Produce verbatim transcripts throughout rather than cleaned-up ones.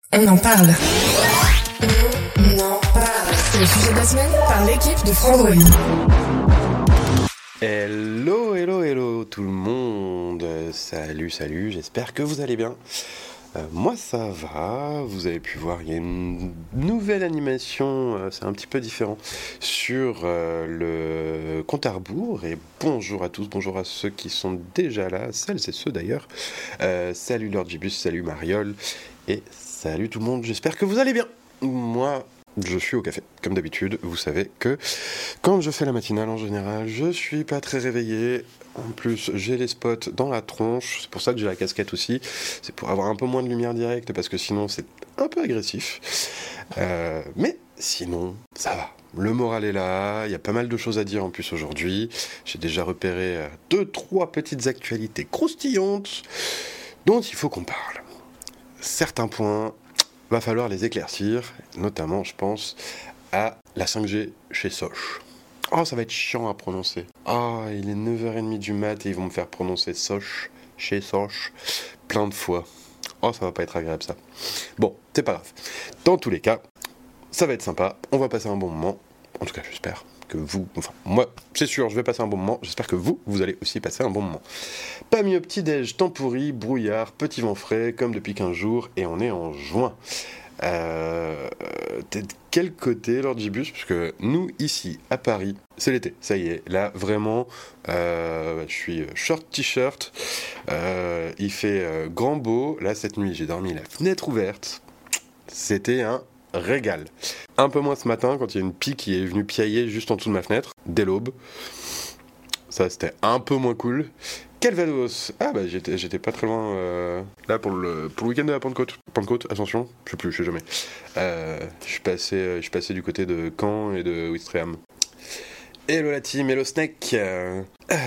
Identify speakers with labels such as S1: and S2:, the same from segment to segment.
S1: On en parle. On en parle. C'est le sujet de la semaine par l'équipe de Frandroid.
S2: Hello, hello, hello tout le monde. Salut, salut, j'espère que vous allez bien. Euh, moi ça va, vous avez pu voir, il y a une nouvelle animation, euh, c'est un petit peu différent, sur euh, le compte à rebours. Et bonjour à tous, bonjour à ceux qui sont déjà là, celles et ceux d'ailleurs. Euh, salut Lord Gibus, salut Mariol, et salut tout le monde, j'espère que vous allez bien. Moi, je suis au café, comme d'habitude. Vous savez que quand je fais la matinale, en général, je suis pas très réveillé. En plus, j'ai les spots dans la tronche. C'est pour ça que j'ai la casquette aussi. C'est pour avoir un peu moins de lumière directe, parce que sinon, c'est un peu agressif. Euh, mais sinon, ça va. Le moral est là. Il y a pas mal de choses à dire en plus aujourd'hui. J'ai déjà repéré euh, deux, trois petites actualités croustillantes dont il faut qu'on parle. Certains points, va falloir les éclaircir, notamment, je pense, à la cinq G chez Soch. Oh, ça va être chiant à prononcer. Ah, oh, il est neuf heures trente du mat et ils vont me faire prononcer Soch, chez Soch, plein de fois. Oh, ça va pas être agréable, ça. Bon, c'est pas grave. Dans tous les cas, ça va être sympa, on va passer un bon moment. En tout cas, j'espère que vous... Enfin, moi, c'est sûr, je vais passer un bon moment. J'espère que vous, vous allez aussi passer un bon moment. Pas mieux, petit-déj, temps pourri, brouillard, petit vent frais, comme depuis quinze jours, et on est en juin. Euh, t'es de quel côté, Lord Gibus? Parce que nous, ici, à Paris, c'est l'été, ça y est. Là, vraiment, euh, je suis short t-shirt, euh, il fait euh, grand beau. Là, cette nuit, j'ai dormi la fenêtre ouverte. C'était un régal. Un peu moins ce matin, quand il y a une pie qui est venue piailler juste en dessous de ma fenêtre, dès l'aube. Ça, c'était un peu moins cool. Calvados. Ah bah j'étais, j'étais pas très loin euh, là pour le, pour le week-end de la Pentecôte. Pentecôte, attention, je sais plus, je sais jamais. Euh, je suis passé, je suis passé du côté de Caen et de Ouistreham. Hello la team, hello Snake. Euh,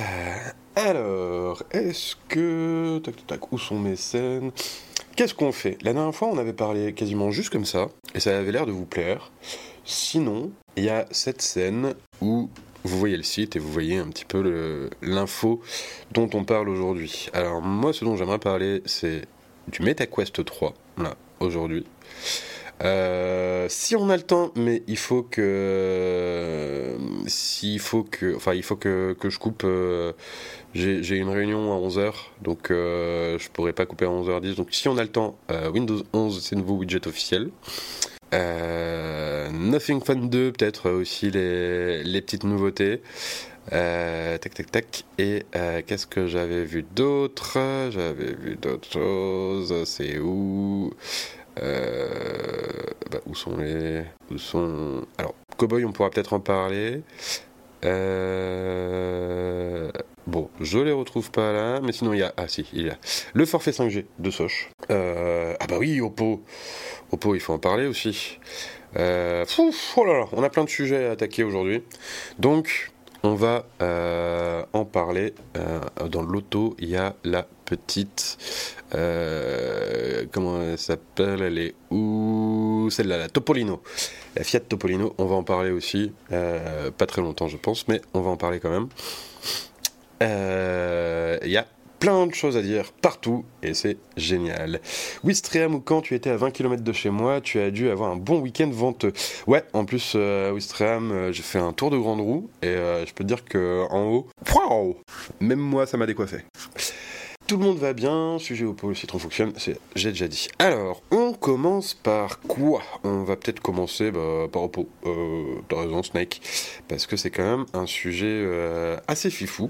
S2: alors, est-ce que... Tac, tac, tac, où sont mes scènes? Qu'est-ce qu'on fait? La dernière fois, on avait parlé quasiment juste comme ça, et ça avait l'air de vous plaire. Sinon, il y a cette scène où vous voyez le site et vous voyez un petit peu le, l'info dont on parle aujourd'hui. Alors moi, ce dont j'aimerais parler, c'est du MetaQuest trois, là, aujourd'hui. Euh, si on a le temps, mais il faut que... Euh, s'il faut que... Enfin, il faut que, que je coupe... Euh, j'ai, j'ai une réunion à onze heures, donc euh, je pourrais pas couper à onze heures dix. Donc si on a le temps, euh, Windows onze, c'est nouveau widget officiel. Euh, Nothing Fun deux, peut-être aussi les, les petites nouveautés. Euh, tac tac tac. Et euh, qu'est-ce que j'avais vu d'autre? J'avais vu d'autres choses. C'est où? Euh, bah, où sont les... Où sont... Alors, Cowboy, on pourra peut-être en parler. Euh... Bon, je les retrouve pas là, mais sinon il y a... Ah si, il y a le forfait cinq G de Soch. Euh... Ah bah oui, Oppo. Oppo, il faut en parler aussi. Euh... Fouf, oh là là, on a plein de sujets à attaquer aujourd'hui. Donc, on va euh, en parler. Euh, dans l'auto, il y a la petite... Euh, comment elle s'appelle? Elle est où? Celle-là, la Topolino. La Fiat Topolino, on va en parler aussi. Euh, pas très longtemps, je pense, mais on va en parler quand même. Il euh, y a plein de choses à dire partout, et c'est génial. Ouistreham, ou quand tu étais à vingt kilomètres de chez moi, tu as dû avoir un bon week-end venteux. Ouais, en plus, euh, à Ouistreham, euh, j'ai fait un tour de grande roue, et euh, je peux te dire qu'en haut, wow, même moi, ça m'a décoiffé. Tout le monde va bien, sujet Oppo, le citron fonctionne, c'est, j'ai déjà dit. Alors, on commence par quoi? On va peut-être commencer bah, par Oppo. Euh, t'as raison, Snake, parce que c'est quand même un sujet euh, assez fifou.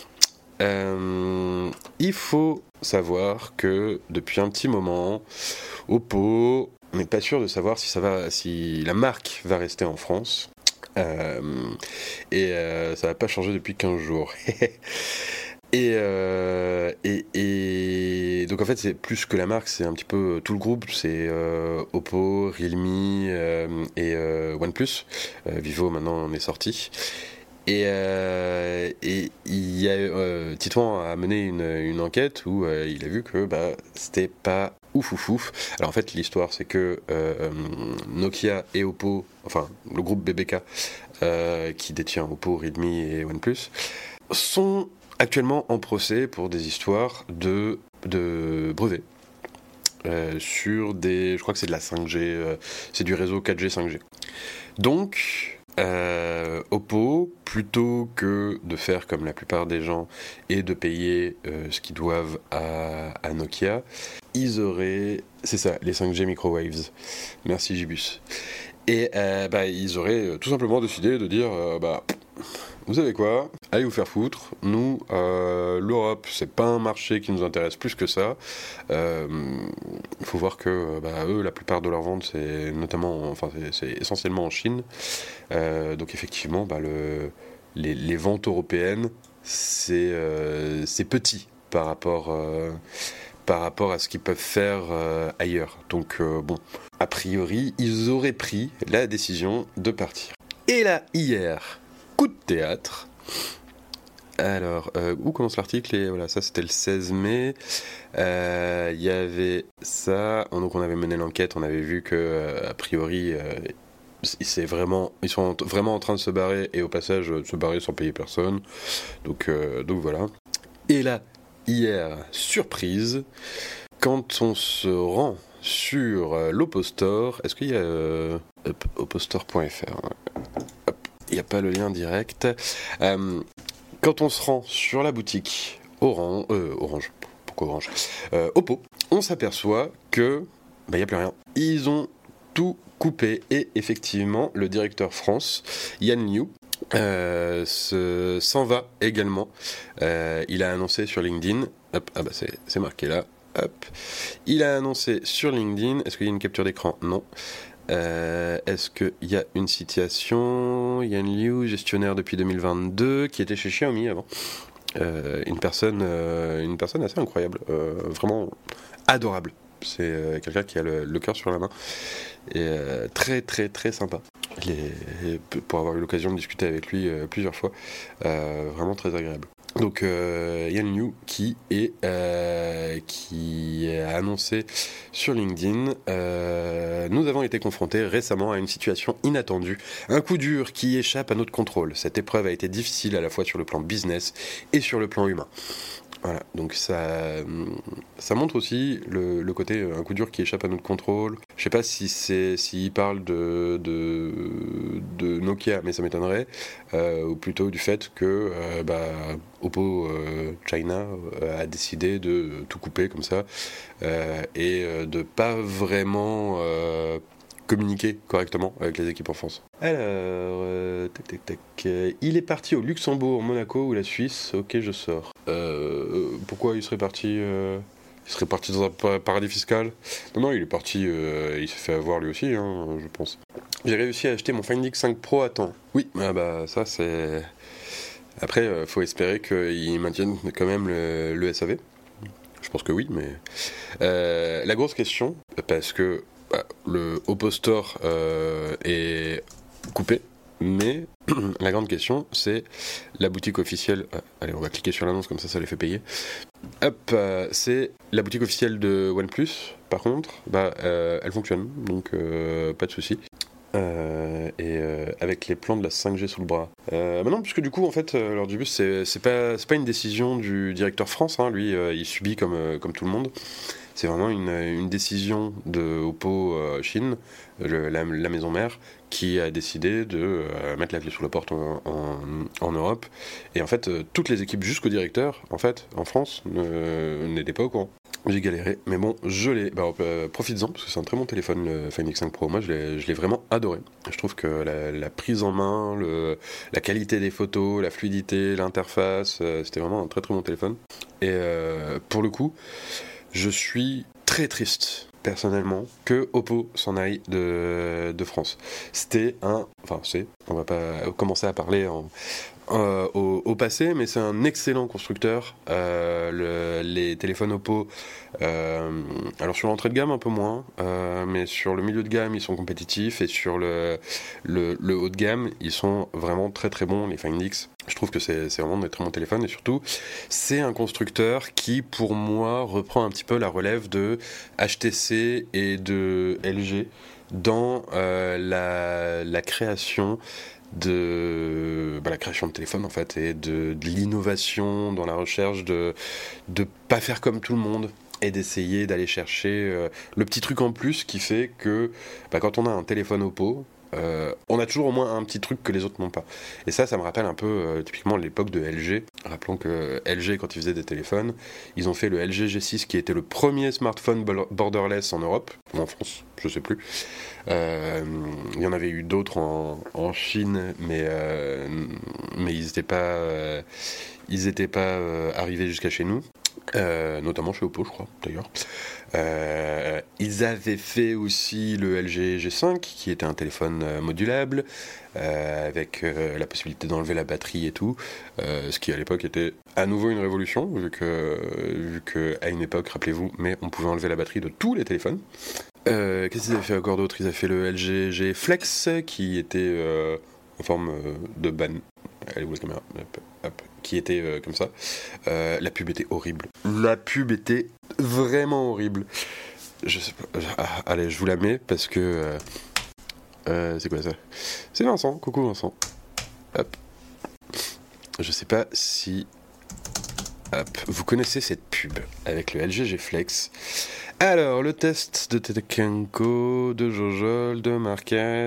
S2: Euh, il faut savoir que depuis un petit moment, Oppo, on n'est pas sûr de savoir si ça va, si la marque va rester en France. Euh, et euh, ça va pas changer depuis quinze jours. Et, euh, et, et donc en fait c'est plus que la marque, c'est un petit peu tout le groupe, c'est euh, Oppo, Realme euh, et euh, OnePlus. Euh, Vivo maintenant en est sorti. Et euh, et il y a euh, Titouan a mené une, une enquête où euh, il a vu que bah c'était pas ouf ouf ouf. Alors en fait l'histoire c'est que euh, Nokia et Oppo, enfin le groupe B B K euh, qui détient Oppo, Realme et OnePlus sont actuellement en procès pour des histoires de, de brevets. euh, sur des, je crois que c'est de la cinq G, euh, c'est du réseau quatre G, cinq G. Donc, euh, Oppo, plutôt que de faire comme la plupart des gens et de payer euh, ce qu'ils doivent à, à Nokia, ils auraient, c'est ça, les cinq G microwaves. Merci Gibus. Et euh, bah, ils auraient tout simplement décidé de dire, euh, bah, vous savez quoi, allez vous faire foutre. Nous, euh, l'Europe, c'est pas un marché qui nous intéresse plus que ça. Il euh, faut voir que bah, eux, la plupart de leurs ventes, c'est notamment, enfin, c'est, c'est essentiellement en Chine. Euh, donc effectivement, bah, le, les, les ventes européennes, c'est, euh, c'est petit par rapport, euh, par rapport à ce qu'ils peuvent faire euh, ailleurs. Donc euh, bon, a priori, ils auraient pris la décision de partir. Et là, hier, coup de théâtre. Alors, euh, où commence l'article? Et voilà, ça c'était le seize mai. Il euh, y avait ça. Donc on avait mené l'enquête, on avait vu que euh, a priori, euh, c'est vraiment, ils sont vraiment en train de se barrer et au passage de se barrer sans payer personne. Donc, euh, donc voilà. Et là, hier, surprise, quand on se rend sur euh, l'Oppo Store, est-ce qu'il y a euh, oppo store point f r? Il n'y a pas le lien direct. Euh, quand on se rend sur la boutique Orange, euh, Orange, pourquoi Orange euh, Oppo, on s'aperçoit que bah, il n'y a plus rien. Ils ont tout coupé et effectivement, le directeur France, Yan Liu, euh, se, s'en va également. Euh, il a annoncé sur LinkedIn, hop, ah bah c'est, c'est marqué là, hop, il a annoncé sur LinkedIn, est-ce qu'il y a une capture d'écran? Non. Euh, est-ce qu'il y a une citation? Yan Liu, gestionnaire depuis deux mille vingt-deux, qui était chez Xiaomi avant. Euh, une personne, euh, une personne assez incroyable, euh, vraiment adorable. C'est euh, quelqu'un qui a le, le cœur sur la main et euh, très très très sympa. Les, pour avoir eu l'occasion de discuter avec lui euh, plusieurs fois, euh, vraiment très agréable. Donc euh, Yan Liu qui est euh, qui a annoncé sur LinkedIn euh, nous avons été confrontés récemment à une situation inattendue, un coup dur qui échappe à notre contrôle. Cette épreuve a été difficile à la fois sur le plan business et sur le plan humain. Voilà, donc ça, ça montre aussi le, le côté un coup dur qui échappe à notre contrôle. Je sais pas si c'est s'il parle de, de de Nokia, mais ça m'étonnerait, euh, ou plutôt du fait que euh, bah, Oppo euh, China euh, a décidé de tout couper comme ça euh, et de pas vraiment euh, communiquer correctement avec les équipes en France. Alors, euh, tac, tac, tac. Euh, il est parti au Luxembourg, Monaco ou la Suisse. Ok, je sors. Euh, pourquoi il serait parti euh, Il serait parti dans un paradis fiscal? Non, non, il est parti. Euh, il s'est fait avoir lui aussi, hein, je pense. J'ai réussi à acheter mon Find X cinq Pro à temps. Oui, ah bah ça c'est. Après, euh, faut espérer qu'ils maintiennent quand même le, le S A V. Je pense que oui, mais euh, la grosse question, parce que bah, le Oppo Store euh, est coupé, mais la grande question, c'est la boutique officielle. Euh, allez, on va cliquer sur l'annonce, comme ça, ça les fait payer. Hop, euh, c'est la boutique officielle de OnePlus, par contre, bah, euh, elle fonctionne, donc euh, pas de souci. Euh, et euh, avec les plans de la cinq G sous le bras. Euh, bah non, puisque du coup, en fait, euh, leur début, c'est, c'est, pas, c'est pas une décision du directeur France, hein, lui, euh, il subit comme, euh, comme tout le monde. C'est vraiment une, une décision de Oppo euh, Chine, le, la, la maison mère, qui a décidé de euh, mettre la clé sous la porte en, en, en Europe. Et en fait, euh, toutes les équipes jusqu'au directeur, en fait, en France, ne, n'étaient pas au courant. J'ai galéré, mais bon, je l'ai. Bah, euh, profites-en, parce que c'est un très bon téléphone, le Find X cinq Pro. Moi, je l'ai, je l'ai vraiment adoré. Je trouve que la, la prise en main, le, la qualité des photos, la fluidité, l'interface, euh, c'était vraiment un très très bon téléphone. Et euh, pour le coup, je suis très triste, personnellement, que Oppo s'en aille de, de France. C'était un... Enfin, c'est... On va pas commencer à parler en... Euh, au, au passé, mais c'est un excellent constructeur. Euh, le, les téléphones Oppo, euh, alors sur l'entrée de gamme un peu moins, euh, mais sur le milieu de gamme ils sont compétitifs et sur le, le, le haut de gamme ils sont vraiment très très bons, les Find X. Je trouve que c'est, c'est vraiment des très bons téléphones et surtout c'est un constructeur qui pour moi reprend un petit peu la relève de H T C et de L G dans euh, la, la création de bah, la création de téléphone en fait et de, de l'innovation dans la recherche de de pas faire comme tout le monde, et d'essayer d'aller chercher euh, le petit truc en plus qui fait que bah, quand on a un téléphone Oppo, euh, on a toujours au moins un petit truc que les autres n'ont pas. Et ça, ça me rappelle un peu euh, typiquement l'époque de L G. Rappelons que L G, quand ils faisaient des téléphones, ils ont fait le L G G six qui était le premier smartphone borderless en Europe, ou en France, je sais plus. Euh, il y en avait eu d'autres en, en Chine, mais, euh, mais ils n'étaient pas, euh, ils étaient pas euh, arrivés jusqu'à chez nous. Euh, notamment chez Oppo, je crois, d'ailleurs. Euh, ils avaient fait aussi le L G G cinq, qui était un téléphone euh, modulable, euh, avec euh, la possibilité d'enlever la batterie et tout, euh, ce qui à l'époque était à nouveau une révolution, vu que, vu que à une époque, rappelez-vous, mais on pouvait enlever la batterie de tous les téléphones. Euh, qu'est-ce qu'ils avaient fait encore d'autre? Ils avaient fait le L G G Flex, qui était euh, en forme euh, de ban. Allez, où est la caméra? Hop, hop. Qui était euh, comme ça. Euh, la pub était horrible. La pub était vraiment horrible. Je sais pas. Ah, allez, je vous la mets parce que. Euh, euh, c'est quoi ça? C'est Vincent. Coucou Vincent. Hop. Je sais pas si. Hop. Vous connaissez cette pub avec le L G G Flex. Alors, le test de Tekenko, de Jojol, de Marquez,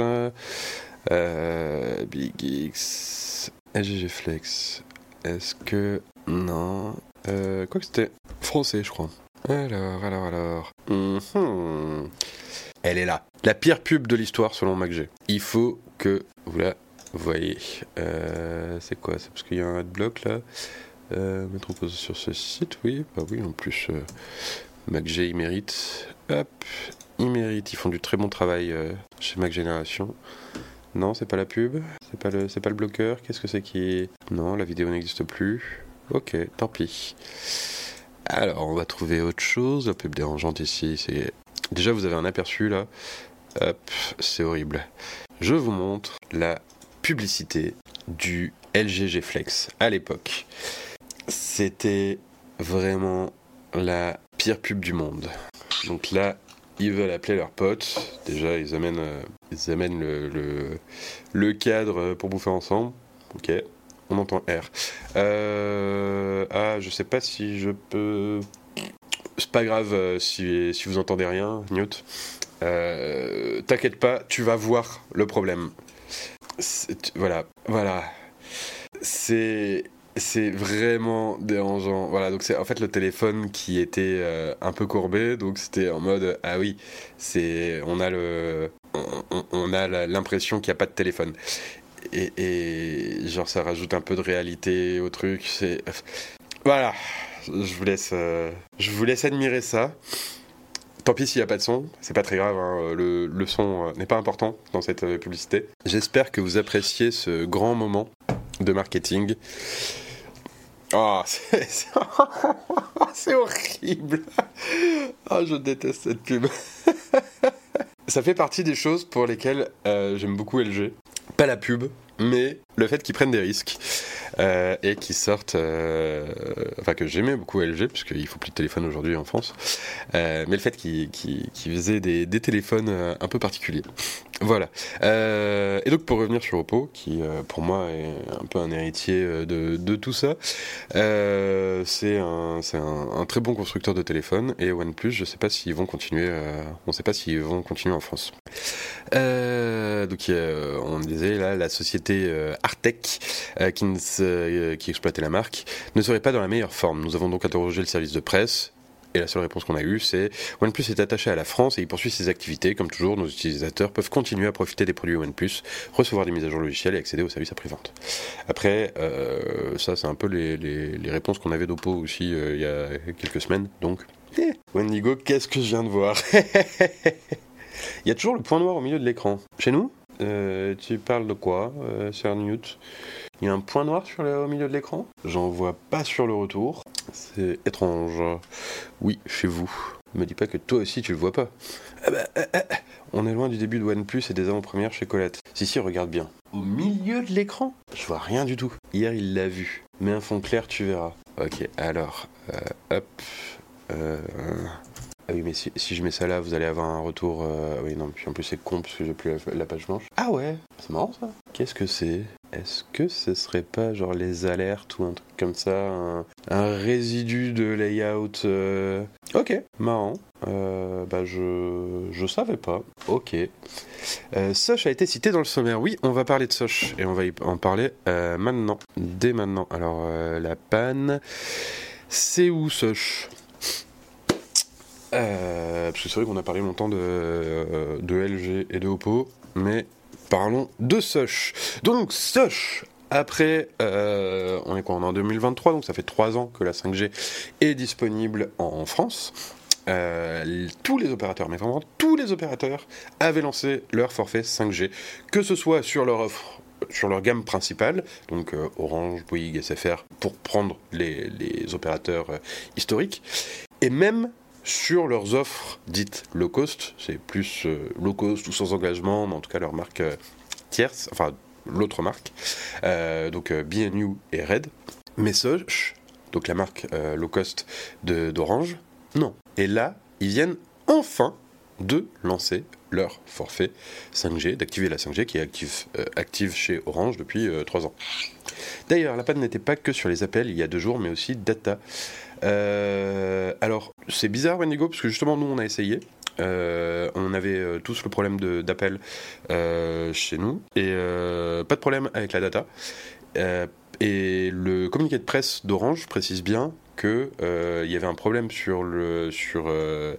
S2: euh, Big X, L G G Flex. Est-ce que... Non. Euh, quoi que c'était français, je crois. Alors, alors, alors. Mm-hmm. Elle est là. La pire pub de l'histoire, selon MacG. Il faut que vous la voyez. Euh, c'est quoi? C'est parce qu'il y a un adblock, là. Euh, mettre en pause sur ce site, oui. Bah oui, en plus... Euh... MacG, il mérite. Hop, il mérite. Ils font du très bon travail euh, chez Mac Génération. Non, c'est pas la pub. C'est pas le, c'est pas le bloqueur. Qu'est-ce que c'est qui... Non, la vidéo n'existe plus. Ok, tant pis. Alors, on va trouver autre chose. La pub dérangeante ici, c'est... Déjà, vous avez un aperçu, là. Hop, c'est horrible. Je vous montre la publicité du L G G Flex à l'époque. C'était vraiment la pire pub du monde. Donc là, ils veulent appeler leurs potes. Déjà, ils amènent, euh, ils amènent le, le, le cadre pour bouffer ensemble. Ok, on entend R. Euh, ah, je sais pas si je peux... C'est pas grave euh, si, si vous entendez rien, Newt. Euh, t'inquiète pas, tu vas voir le problème. C'est, voilà, voilà. C'est... C'est vraiment dérangeant. Voilà, donc c'est en fait le téléphone qui était euh, un peu courbé, donc c'était en mode ah oui, c'est on a le on, on a l'impression qu'il n'y a pas de téléphone. Et, et genre ça rajoute un peu de réalité au truc. C'est voilà, je vous laisse euh, je vous laisse admirer ça. Tant pis s'il n'y a pas de son, c'est pas très grave, hein. le, le son n'est pas important dans cette euh, publicité. J'espère que vous appréciez ce grand moment de marketing. Oh, c'est, c'est, c'est horrible. Oh, je déteste cette pub. Ça fait partie des choses pour lesquelles euh, j'aime beaucoup L G. Pas la pub, mais le fait qu'ils prennent des risques euh, et qu'ils sortent... Euh, enfin, que j'aimais beaucoup L G, parce qu'il faut plus de téléphone aujourd'hui en France. Euh, mais le fait qu'ils, qu'ils, qu'ils faisaient des, des téléphones euh, un peu particuliers. Voilà. Euh, et donc, pour revenir sur Oppo, qui euh, pour moi est un peu un héritier de, de tout ça, euh, c'est, un, c'est un, un très bon constructeur de téléphone. Et OnePlus, je sais pas s'ils vont continuer... Euh, on ne sait pas s'ils vont continuer en France. Euh, donc, euh, on disait là, la société euh, Artec, euh, qui, ne se, euh, qui exploitait la marque, ne serait pas dans la meilleure forme. Nous avons donc interrogé le service de presse. Et la seule réponse qu'on a eue, c'est OnePlus est attaché à la France et il poursuit ses activités. Comme toujours, nos utilisateurs peuvent continuer à profiter des produits OnePlus, recevoir des mises à jour logicielles et accéder aux services après-vente. Après, euh, ça, c'est un peu les, les, les réponses qu'on avait d'Oppo aussi euh, il y a quelques semaines. Donc, eh, Wendigo, qu'est-ce que je viens de voir? Il y a toujours le point noir au milieu de l'écran. Chez nous, euh, tu parles de quoi, euh, Sir Newt? Il y a un point noir sur le, au milieu de l'écran? J'en vois pas sur le retour. C'est étrange. Oui, chez vous. Me dis pas que toi aussi tu le vois pas. Ah bah, ah, ah. On est loin du début de OnePlus et des avant-premières chez Colette. Si, si, regarde bien. Au milieu de l'écran? Je vois rien du tout. Hier, il l'a vu. Mets un fond clair, tu verras. Ok, alors, euh, hop. Euh... Ah oui, mais si, si je mets ça là, vous allez avoir un retour... Euh... Oui, non, puis en plus c'est con, parce que j'ai plus la, la page blanche. Ah ouais, c'est marrant ça. Qu'est-ce que c'est ? Est-ce que ce serait pas genre les alertes ou un truc comme ça, un, un résidu de layout euh... Ok, marrant. Euh, bah je je savais pas. Ok. Euh, Sosh a été cité dans le sommaire. Oui, on va parler de Sosh et on va y en parler euh, maintenant, dès maintenant. Alors euh, la panne, c'est où Sosh ? euh, Parce que c'est vrai qu'on a parlé longtemps de euh, de L G et de Oppo, mais parlons de Sosh. Donc Sosh, après, euh, on est quoi, on est en deux mille vingt-trois, donc ça fait trois ans que la cinq G est disponible en France. Euh, tous les opérateurs, mais vraiment tous les opérateurs, avaient lancé leur forfait cinq G, que ce soit sur leur offre, sur leur gamme principale, donc euh, Orange, Bouygues, S F R, pour prendre les, les opérateurs euh, historiques, et même sur leurs offres dites low cost, c'est plus euh, low cost ou sans engagement, mais en tout cas leur marque euh, tierce, enfin l'autre marque, euh, donc euh, B N U et Red. Mais Sosh, donc la marque euh, low cost de, d'Orange, non. Et là, ils viennent enfin de lancer leur forfait cinq G, d'activer la cinq G qui est active, euh, active chez Orange depuis euh, trois ans. D'ailleurs, la panne n'était pas que sur les appels il y a deux jours, mais aussi data. Euh, alors, c'est bizarre Wendigo, parce que justement, nous, on a essayé. Euh, on avait euh, tous le problème de, d'appel euh, chez nous, et euh, pas de problème avec la data. Euh, et le communiqué de presse d'Orange précise bien qu'il euh, y avait un problème sur, le, sur, euh,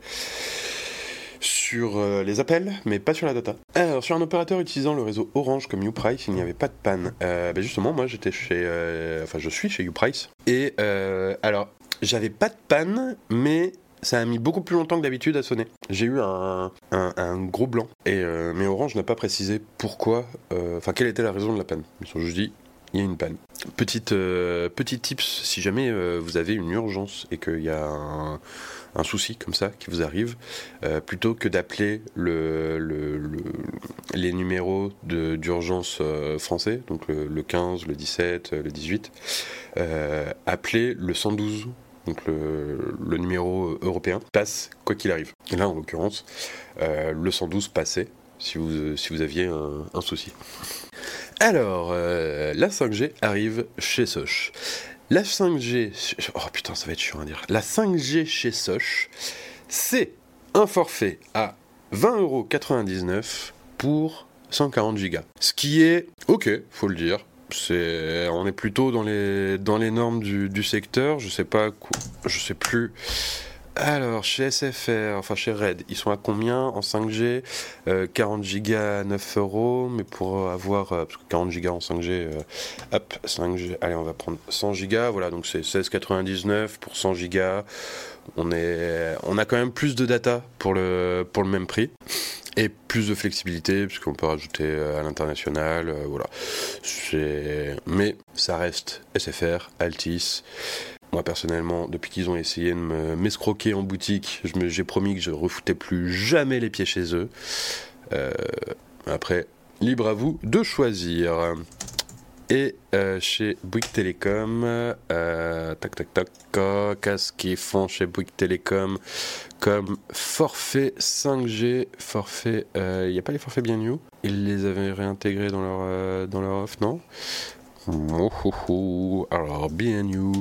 S2: sur euh, les appels, mais pas sur la data. Alors, sur un opérateur utilisant le réseau Orange comme Uprice, il n'y avait pas de panne. Euh, ben justement, moi, j'étais chez... Euh, enfin, je suis chez Uprice. Et euh, alors, j'avais pas de panne, mais ça a mis beaucoup plus longtemps que d'habitude à sonner. J'ai eu un, un, un gros blanc. Et, euh, mais Orange n'a pas précisé pourquoi... Enfin, euh, quelle était la raison de la panne. Ils ont juste dit... il y a une panne. Petite, euh, petit tips, si jamais euh, vous avez une urgence et qu'il y a un, un souci comme ça qui vous arrive, euh, plutôt que d'appeler le, le, le, les numéros de, d'urgence euh, français, donc le, le quinze, le dix-sept, le dix-huit, euh, appelez le cent douze, donc le, le numéro européen, passe quoi qu'il arrive. Et là, en l'occurrence, euh, le cent douze passait si vous, si vous aviez un, un souci. Alors, euh, la cinq G arrive chez Sosh. La cinq G... Oh putain, ça va être chiant à dire. La cinq G chez Sosh, c'est un forfait à vingt euros quatre-vingt-dix-neuf pour cent quarante gigas. Ce qui est... ok, faut le dire. C'est, on est plutôt dans les, dans les normes du, du secteur. Je sais pas... Je sais plus... Alors, chez S F R, enfin chez Red, ils sont à combien en cinq G ? euh, quarante gigas à neuf euros, mais pour avoir, euh, parce que quarante gigas en cinq G, euh, hop, cinq G, allez, on va prendre cent gigas, voilà, donc c'est seize quatre-vingt-dix-neuf pour cent gigas. On, est, on a quand même plus de data pour le, pour le même prix. Et plus de flexibilité, puisqu'on peut rajouter à l'international, euh, voilà. C'est... Mais ça reste S F R, Altice. Moi, personnellement, depuis qu'ils ont essayé de me, m'escroquer en boutique, je me, j'ai promis que je ne refoutais plus jamais les pieds chez eux. Euh, après, libre à vous de choisir. Et euh, chez Bouygues Télécom, euh, tac tac tac, oh, qu'est-ce qu'ils font chez Bouygues Télécom comme forfait cinq G, forfait... Il euh, n'y a pas les forfaits bien new. Ils les avaient réintégrés dans leur, euh, dans leur offre, non ? Oh, oh, oh. Alors, B N U...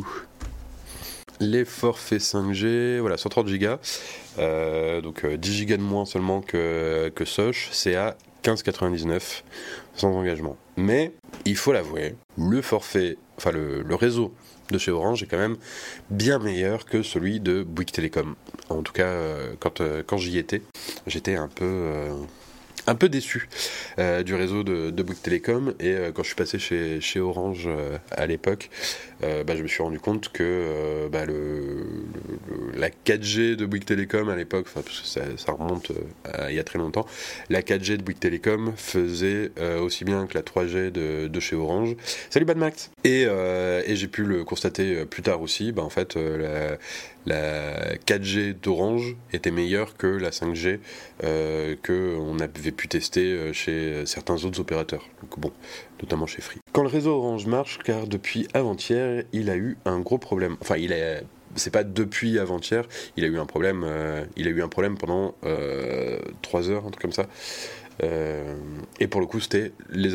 S2: Les forfaits cinq G, voilà, cent trente gigas, euh, donc euh, dix gigas de moins seulement que, que Sosh, c'est à quinze quatre-vingt-dix-neuf, sans engagement. Mais, il faut l'avouer, le forfait, enfin le, le réseau de chez Orange est quand même bien meilleur que celui de Bouygues Télécom. En tout cas, euh, quand, euh, quand j'y étais, j'étais un peu... Euh, un peu déçu euh, du réseau de, de Bouygues Télécom, et euh, quand je suis passé chez, chez Orange euh, à l'époque, euh, bah, je me suis rendu compte que euh, bah, le, le, la quatre G de Bouygues Télécom à l'époque, parce que ça, ça remonte euh, à, il y a très longtemps, la quatre G de Bouygues Télécom faisait euh, aussi bien que la trois G de, de chez Orange. Salut Bad Max. Et, euh, et j'ai pu le constater plus tard aussi, bah, en fait euh, la, la quatre G d'Orange était meilleure que la cinq G euh, qu'on avait pu tester chez certains autres opérateurs, donc bon, notamment chez Free. Quand le réseau Orange marche, car depuis avant-hier, il a eu un gros problème. Enfin, il a, c'est pas depuis avant-hier, il a eu un problème. Euh, il a eu un problème pendant euh, trois heures, un truc comme ça. Euh, et pour le coup, c'était les appels.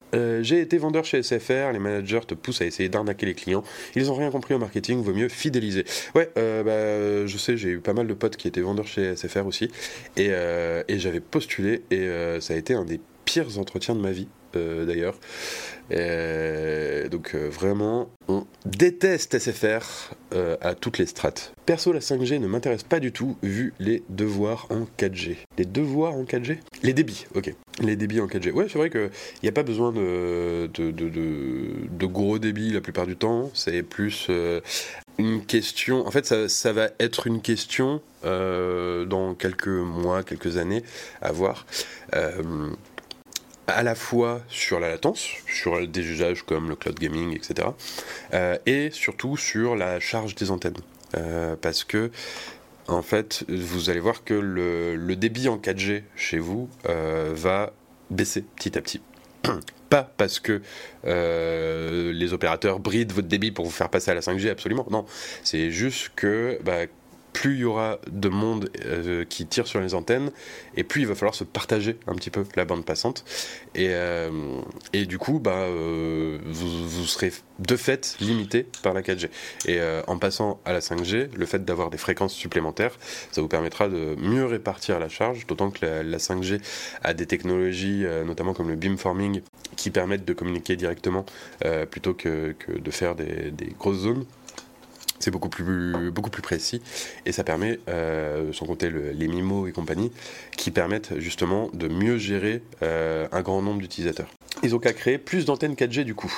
S2: Euh, j'ai été vendeur chez S F R, les managers te poussent à essayer d'arnaquer les clients, ils ont rien compris au marketing, vaut mieux fidéliser. Ouais, euh, bah, je sais, j'ai eu pas mal de potes qui étaient vendeurs chez S F R aussi, et, euh, et j'avais postulé, et euh, ça a été un des pires entretiens de ma vie, euh, d'ailleurs. Euh, donc euh, vraiment, on déteste S F R euh, à toutes les strates. Perso, la cinq G ne m'intéresse pas du tout, vu les devoirs en quatre G. Les devoirs en quatre G ? Les débits, ok. Les débits en quatre G. Ouais, c'est vrai qu'il n'y a pas besoin de, de, de, de, de gros débits la plupart du temps. C'est plus euh, une question... En fait, ça, ça va être une question euh, dans quelques mois, quelques années à voir. Euh, à la fois sur la latence, sur des usages comme le cloud gaming, et cetera, euh, et surtout sur la charge des antennes. Euh, parce que, en fait, vous allez voir que le, le débit en quatre G chez vous euh, va baisser petit à petit. Pas parce que euh, les opérateurs brident votre débit pour vous faire passer à la cinq G, absolument, non. C'est juste que... Bah, plus il y aura de monde euh, qui tire sur les antennes, et plus il va falloir se partager un petit peu la bande passante. Et, euh, et du coup, bah, euh, vous, vous serez de fait limité par la quatre G. Et euh, en passant à la cinq G, le fait d'avoir des fréquences supplémentaires, ça vous permettra de mieux répartir la charge, d'autant que la, la cinq G a des technologies, euh, notamment comme le beamforming, qui permettent de communiquer directement euh, plutôt que, que de faire des, des grosses zones. C'est beaucoup plus, beaucoup plus précis, et ça permet, euh, sans compter le, les MIMO et compagnie, qui permettent justement de mieux gérer euh, un grand nombre d'utilisateurs. Ils ont qu'à créer plus d'antennes quatre G du coup.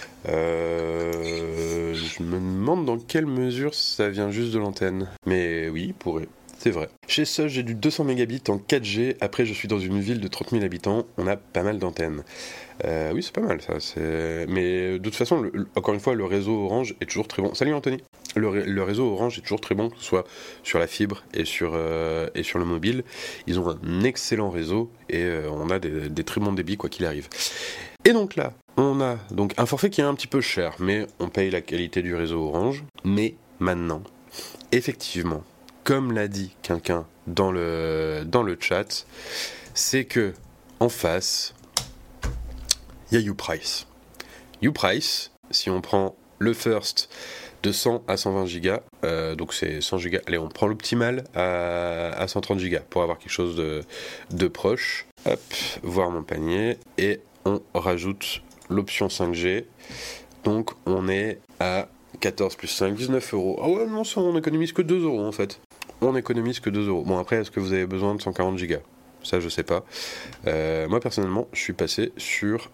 S2: Euh, je me demande dans quelle mesure ça vient juste de l'antenne. Mais oui, il pourrait. C'est vrai. Chez Sush, j'ai du deux cents mégabits en quatre G. Après, je suis dans une ville de trente mille habitants. On a pas mal d'antennes. Euh, oui, c'est pas mal ça. C'est... Mais de toute façon, le, le, encore une fois, le réseau Orange est toujours très bon. Salut Anthony. Le, ré, le réseau Orange est toujours très bon, que ce soit sur la fibre et sur, euh, et sur le mobile. Ils ont un excellent réseau et euh, on a des, des très bons débits quoi qu'il arrive. Et donc là, on a donc un forfait qui est un petit peu cher, mais on paye la qualité du réseau Orange. Mais maintenant, effectivement, comme l'a dit quelqu'un dans le, dans le chat, c'est que en face, il y a YouPrice. YouPrice, si on prend le first de cent à cent vingt gigas, euh, donc c'est cent gigas, allez on prend l'optimal à, à cent trente gigas pour avoir quelque chose de, de proche, hop, voir mon panier, et on rajoute l'option cinq G, donc on est à quatorze plus cinq, dix-neuf euros. Ah ouais, non, ça, on économise que deux euros en fait. On économise que deux euros. Bon, après, est-ce que vous avez besoin de cent quarante gigas ? Ça, je sais pas. Euh, moi, personnellement, je suis passé sur...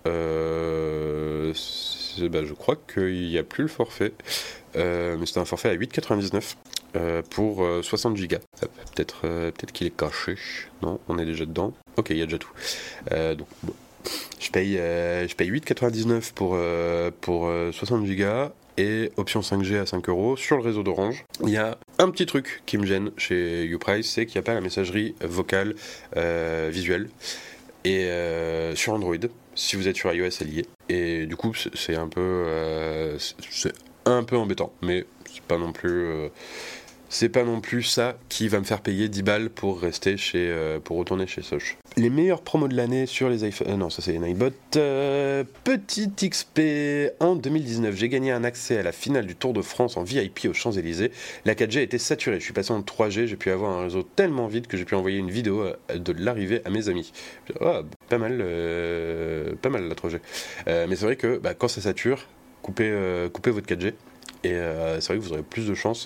S2: Euh, bah, je crois qu'il n'y a plus le forfait. Euh, mais c'était un forfait à huit quatre-vingt-dix-neuf euh, pour euh, soixante gigas. Hop, peut-être, euh, peut-être qu'il est caché. Non, on est déjà dedans. Ok, il y a déjà tout. Euh, donc, bon. Je paye, euh, je paye huit quatre-vingt-dix-neuf pour, euh, pour euh, soixante gigas. Et option cinq G à cinq euros sur le réseau d'Orange. Il y a un petit truc qui me gêne chez YouPrice, c'est qu'il n'y a pas la messagerie vocale euh, visuelle. Et euh, sur Android, si vous êtes sur iOS, elle y est. Et du coup, c'est, c'est un peu, euh, c'est un peu embêtant, mais c'est pas non plus, euh, c'est pas non plus ça qui va me faire payer dix balles pour rester chez, euh, pour retourner chez Soch. Les meilleurs promos de l'année sur les iPhones... Euh, non, ça c'est les Nightbot. Euh, petit X P, en deux mille dix-neuf, j'ai gagné un accès à la finale du Tour de France en V I P aux Champs-Élysées. La quatre G était saturée, je suis passé en trois G, j'ai pu avoir un réseau tellement vite que j'ai pu envoyer une vidéo de l'arrivée à mes amis. Oh, pas mal, euh, pas mal la trois G. Euh, mais c'est vrai que bah, quand ça sature, coupez, euh, coupez votre quatre G. Et euh, c'est vrai que vous aurez plus de chances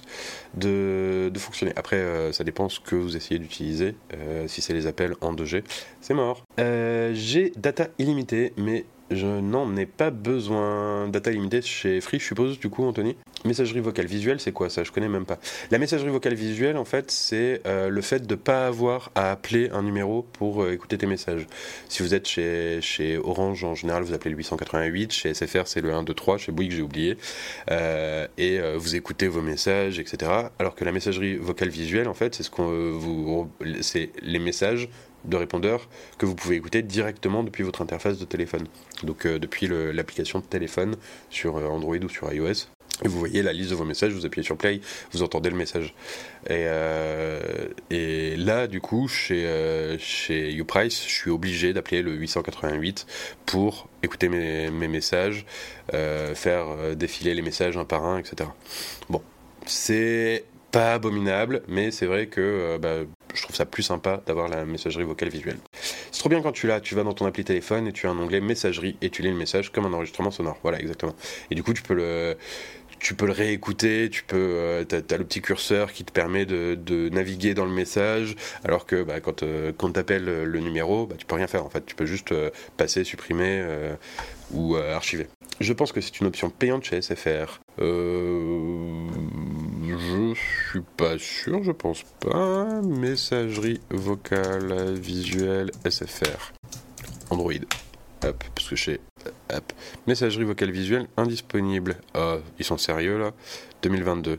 S2: de, de fonctionner. Après, euh, ça dépend ce que vous essayez d'utiliser. Euh, si c'est les appels en deux G, c'est mort. Euh, j'ai data illimitée, mais je n'en ai pas besoin. Data illimitée chez Free, je suppose, du coup, Anthony. Messagerie vocale visuelle, c'est quoi ça ? Je connais même pas. La messagerie vocale visuelle, en fait, c'est euh, le fait de ne pas avoir à appeler un numéro pour euh, écouter tes messages. Si vous êtes chez, chez Orange, en général, vous appelez le huit cent quatre-vingt-huit. Chez S F R, c'est le un deux trois. Chez Bouygues, j'ai oublié. Euh, et euh, vous écoutez vos messages, et cetera. Alors que la messagerie vocale visuelle, en fait, c'est ce qu'on euh, vous, c'est les messages de répondeurs que vous pouvez écouter directement depuis votre interface de téléphone. Donc euh, depuis le, l'application de téléphone sur Android ou sur iOS. Et vous voyez la liste de vos messages, vous appuyez sur play, vous entendez le message. Et, euh, et là, du coup, chez, euh, chez YouPrice, je suis obligé d'appeler le huit cent quatre-vingt-huit pour écouter mes, mes messages, euh, faire défiler les messages un par un, et cetera. Bon, c'est pas abominable, mais c'est vrai que euh, bah, je trouve ça plus sympa d'avoir la messagerie vocale visuelle. C'est trop bien quand tu l'as, tu vas dans ton appli téléphone et tu as un onglet messagerie et tu lis le message comme un enregistrement sonore. Voilà, exactement. Et du coup, tu peux le... Tu peux le réécouter, tu peux, euh, t'as, t'as le petit curseur qui te permet de, de naviguer dans le message, alors que bah, quand, euh, quand t'appelles le numéro, bah, tu peux rien faire en fait, tu peux juste euh, passer, supprimer euh, ou euh, archiver. Je pense que c'est une option payante chez S F R. Euh, je suis pas sûr, je pense pas. Messagerie vocale visuelle S F R. Android. Hop, parce que chez hop. Messagerie vocale visuelle indisponible. Ah, ils sont sérieux là. deux mille vingt-deux.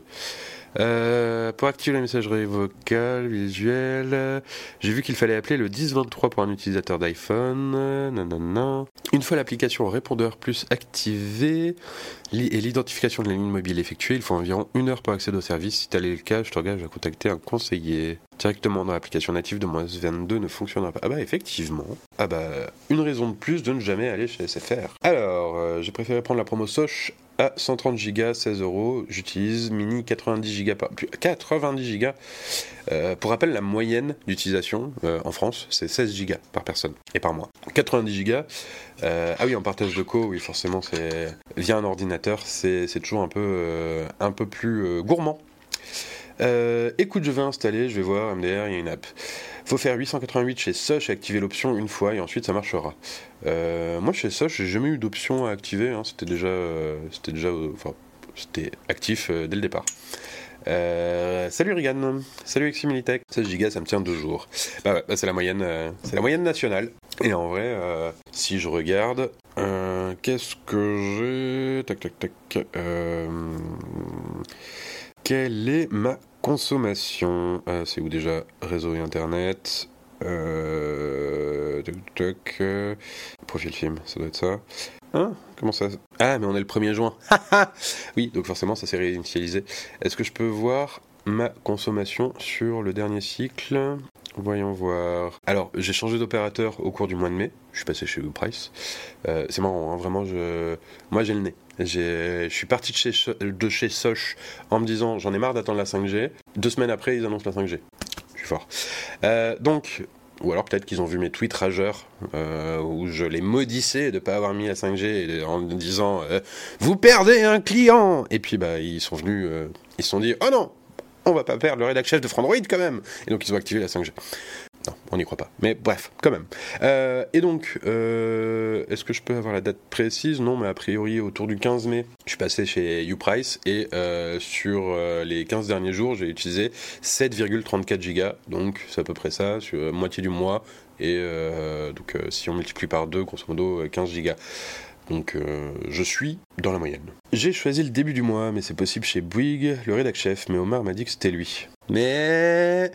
S2: Euh, pour activer la messagerie vocale visuelle, j'ai vu qu'il fallait appeler le dix vingt-trois pour un utilisateur d'iPhone. Nanana. Une fois l'application répondeur plus activée et l'identification de la ligne mobile effectuée, il faut environ une heure pour accéder au service. Si tel est le cas, je t'engage à contacter un conseiller. Directement dans l'application native de moins vingt-deux ne fonctionnera pas. Ah bah effectivement. Ah bah une raison de plus de ne jamais aller chez S F R. Alors, euh, j'ai préféré prendre la promo Soch à cent trente gigas, seize euros. J'utilise Mini quatre-vingt-dix gigas par... quatre-vingt-dix gigas. Euh, pour rappel, la moyenne d'utilisation euh, en France, c'est seize gigas par personne et par mois. quatre-vingt-dix gigas. Euh, ah oui, en partage de co, oui, forcément, c'est via un ordinateur, c'est, c'est toujours un peu, euh, un peu plus euh, gourmand. Euh, écoute, je vais installer, je vais voir, M D R, il y a une app. Faut faire huit cent quatre-vingt-huit chez Soch et activer l'option une fois et ensuite ça marchera. Euh, moi chez Soch, j'ai jamais eu d'option à activer, hein, c'était déjà, euh, c'était déjà, euh, enfin, c'était actif euh, dès le départ. Euh, salut Regan, salut Eximilitech, seize gigas ça me tient deux jours. Bah ouais, bah c'est la moyenne, euh, c'est la moyenne nationale. Et en vrai, euh, si je regarde, euh, qu'est-ce que j'ai, tac tac tac, euh, quelle est ma consommation? euh, C'est où déjà? Réseau et internet. Euh, toc, toc, euh, profil film, ça doit être ça. Hein? Comment ça? Ah, mais on est le premier juin. Oui, donc forcément, ça s'est réinitialisé. Est-ce que je peux voir ma consommation sur le dernier cycle? Voyons voir. Alors, j'ai changé d'opérateur au cours du mois de mai. Je suis passé chez YouPrice. Euh, c'est marrant, hein, vraiment, je... moi j'ai le nez. J'ai... Je suis parti de chez, de chez Soch en me disant j'en ai marre d'attendre la cinq G. Deux semaines après, ils annoncent la cinq G. Je suis fort. Euh, donc, ou alors peut-être qu'ils ont vu mes tweets rageurs euh, où je les maudissais de ne pas avoir mis la cinq G en disant euh, vous perdez un client. Et puis bah ils sont venus, euh, ils se sont dit oh non, on va pas perdre le rédac chef de Frandroid quand même. Et donc ils ont activé la cinq G. Non, on n'y croit pas. Mais bref, quand même. Euh, et donc, euh, est-ce que je peux avoir la date précise? Non, mais a priori, autour du quinze mai, je suis passé chez YouPrice et euh, sur euh, les quinze derniers jours, j'ai utilisé sept virgule trente-quatre gigas. Donc, c'est à peu près ça, sur euh, moitié du mois. Et euh, donc, euh, si on multiplie par deux, grosso modo, quinze gigas. Donc, euh, je suis dans la moyenne. J'ai choisi le début du mois, mais c'est possible chez Bouygues, le rédac chef. Mais Omar m'a dit que c'était lui. Mais...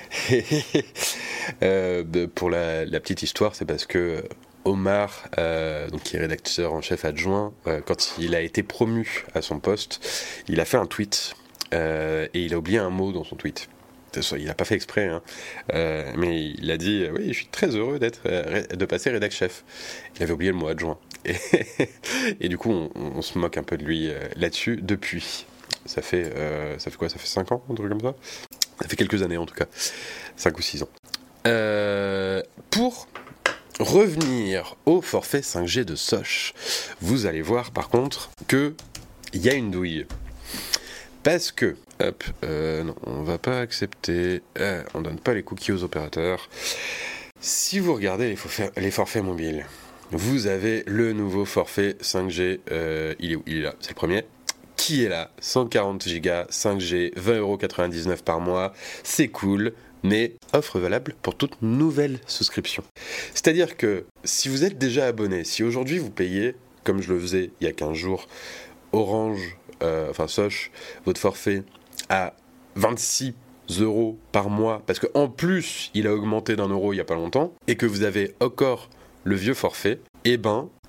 S2: euh, pour la, la petite histoire, c'est parce que Omar, euh, donc qui est rédacteur en chef adjoint, euh, quand il a été promu à son poste, il a fait un tweet euh, et il a oublié un mot dans son tweet. Il n'a pas fait exprès, hein. euh, mais il a dit « Oui, je suis très heureux d'être, euh, de passer rédac chef ». Il avait oublié le mot adjoint. Et, et du coup, on, on se moque un peu de lui euh, là-dessus depuis. Ça fait, euh, ça fait quoi? Ça fait cinq ans, un truc comme ça? Ça fait quelques années en tout cas. cinq ou six ans. Euh, pour revenir au forfait cinq G de Soch, vous allez voir par contre qu'il y a une douille. Parce que, hop, euh, non, on va pas accepter, euh, on donne pas les cookies aux opérateurs. Si vous regardez les, forfaits, les forfaits mobiles, vous avez le nouveau forfait cinq G, euh, il est où? Il est là, c'est le premier. Qui est là? cent quarante gigas, cinq G, vingt euros quatre-vingt-dix-neuf par mois, c'est cool, mais offre valable pour toute nouvelle souscription. C'est-à-dire que si vous êtes déjà abonné, si aujourd'hui vous payez, comme je le faisais il y a quinze jours, Orange, euh, enfin Soch, votre forfait à vingt-six euros par mois, parce qu'en plus il a augmenté d'un euro il n'y a pas longtemps, et que vous avez encore le vieux forfait, eh ben,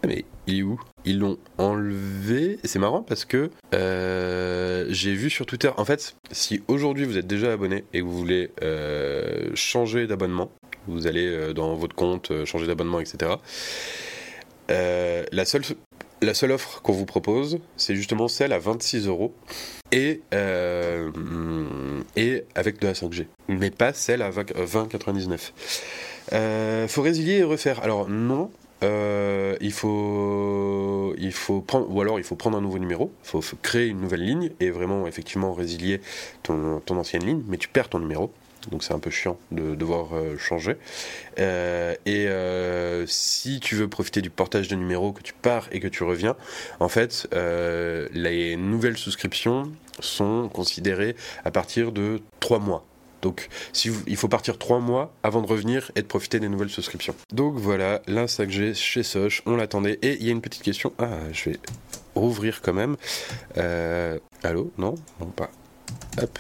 S2: Ah mais il est où ? Ils l'ont enlevé. C'est marrant parce que euh, j'ai vu sur Twitter. En fait, si aujourd'hui vous êtes déjà abonné et que vous voulez euh, changer d'abonnement, vous allez euh, dans votre compte euh, changer d'abonnement, et cetera. Euh, la seule la seule offre qu'on vous propose, c'est justement celle à vingt-six euros et euh, et avec de la cinq G, mais pas celle à vingt virgule quatre-vingt-dix-neuf. Euh, faut résilier et refaire. Alors non. Euh, il faut, il faut prendre, ou alors il faut prendre un nouveau numéro, il faut, faut créer une nouvelle ligne et vraiment effectivement résilier ton, ton ancienne ligne, mais tu perds ton numéro, donc c'est un peu chiant de devoir euh, changer. Euh, et euh, si tu veux profiter du portage de numéro, que tu pars et que tu reviens, en fait, euh, les nouvelles souscriptions sont considérées à partir de trois mois. Donc, si vous, il faut partir trois mois avant de revenir et de profiter des nouvelles souscriptions. Donc voilà, la cinq G chez Sosh, on l'attendait. Et il y a une petite question. Ah, je vais rouvrir quand même. Euh, allô ? Non ? Non, pas. Hop.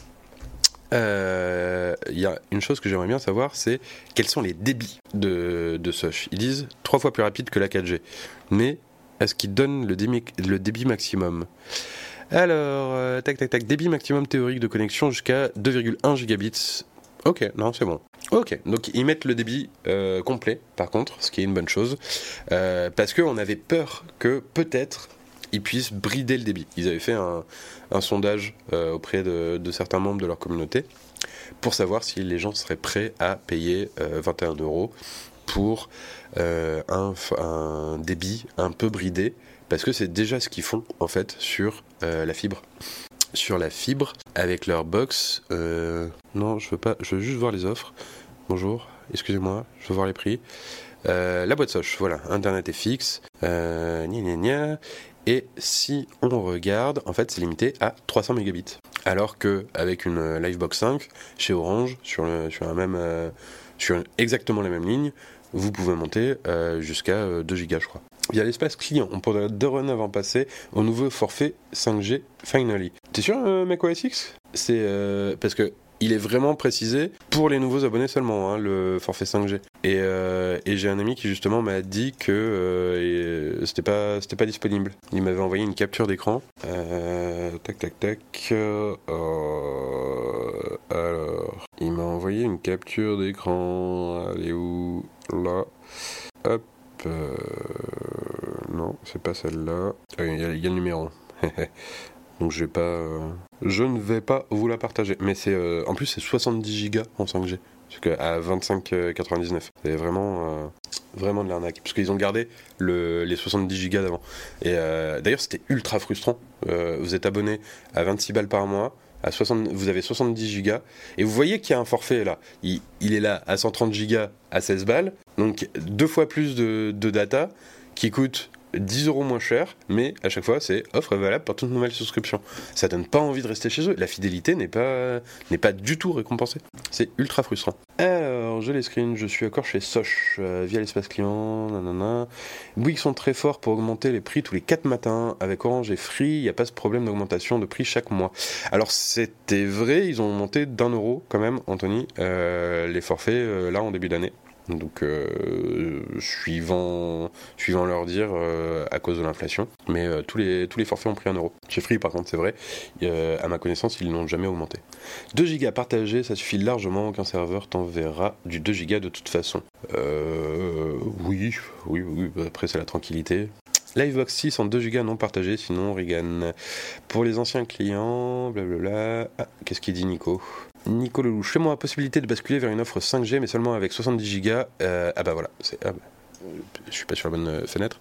S2: Euh, il y a une chose que j'aimerais bien savoir, c'est quels sont les débits de, de Sosh. Ils disent trois fois plus rapide que la quatre G. Mais est-ce qu'ils donnent le débit, le débit maximum ? Alors, euh, tac tac tac, débit maximum théorique de connexion jusqu'à deux virgule un gigabits. Ok, non, c'est bon. Ok, donc ils mettent le débit euh, complet, par contre, ce qui est une bonne chose, euh, parce qu'on avait peur que peut-être ils puissent brider le débit. Ils avaient fait un, un sondage euh, auprès de, de certains membres de leur communauté pour savoir si les gens seraient prêts à payer euh, vingt et un euros pour euh, un, un débit un peu bridé. Parce que c'est déjà ce qu'ils font en fait sur euh, la fibre. Sur la fibre, avec leur box. Euh, non, je veux pas. Je veux juste voir les offres. Bonjour, excusez-moi, je veux voir les prix. Euh, la boîte Sosh, voilà, Internet est fixe. Euh, gna gna gna. Et si on regarde, en fait, c'est limité à trois cents mégabits. Alors que avec une Livebox cinq chez Orange, sur le, sur un même, euh, sur exactement la même ligne, vous pouvez monter euh, jusqu'à deux gigas, je crois. Via l'espace client, on pourra dorénavant passer au nouveau forfait cinq G Finally. T'es sûr, euh, macOS X ? C'est euh, parce que il est vraiment précisé pour les nouveaux abonnés seulement, hein, le forfait cinq G. Et, euh, et j'ai un ami qui justement m'a dit que euh, c'était pas c'était pas disponible. Il m'avait envoyé une capture d'écran. Euh, tac tac tac. Euh, alors, il m'a envoyé une capture d'écran. Elle est où ? Là. Hop. Euh, non, c'est pas celle-là. Il euh, y, y a le numéro. Donc je vais pas, euh, je ne vais pas vous la partager. Mais c'est, euh, en plus c'est soixante-dix gigas en cinq G, parce que à vingt-cinq quatre-vingt-dix-neuf. C'est vraiment, euh, vraiment de l'arnaque, parce qu'ils ont gardé le, les soixante-dix gigas d'avant. Et euh, d'ailleurs c'était ultra frustrant. Euh, vous êtes abonné à vingt-six balles par mois. À soixante, vous avez soixante-dix gigas et vous voyez qu'il y a un forfait là, il, il est là à cent trente gigas à seize balles, donc deux fois plus de, de data qui coûte dix euros moins cher, mais à chaque fois c'est offre valable pour toute nouvelle souscription. Ça donne pas envie de rester chez eux, la fidélité n'est pas, n'est pas du tout récompensée, c'est ultra frustrant. Alors je les screen, je suis encore chez Sosh euh, via l'espace client, nanana. Bouygues sont très forts pour augmenter les prix tous les quatre matins, avec Orange et Free, il n'y a pas ce problème d'augmentation de prix chaque mois. Alors c'était vrai, ils ont monté d'un euro quand même, Anthony, euh, les forfaits euh, là en début d'année. Donc euh, suivant, suivant leur dire euh, à cause de l'inflation, mais euh, tous, les, tous les forfaits ont pris un euro. Chez Free par contre c'est vrai, euh, à ma connaissance ils n'ont jamais augmenté. deux gigas partagés, ça suffit largement, aucun serveur t'enverra du deux gigas de toute façon. Euh, oui, oui, oui, après c'est la tranquillité. Livebox six en deux gigas non partagés, sinon Regan. Pour les anciens clients, blablabla. Ah, qu'est-ce qu'il dit Nico ? Nico Lelouch, fais-moi la possibilité de basculer vers une offre cinq G, mais seulement avec soixante-dix gigas. Euh, ah bah voilà, c'est, ah bah, je suis pas sur la bonne euh, fenêtre.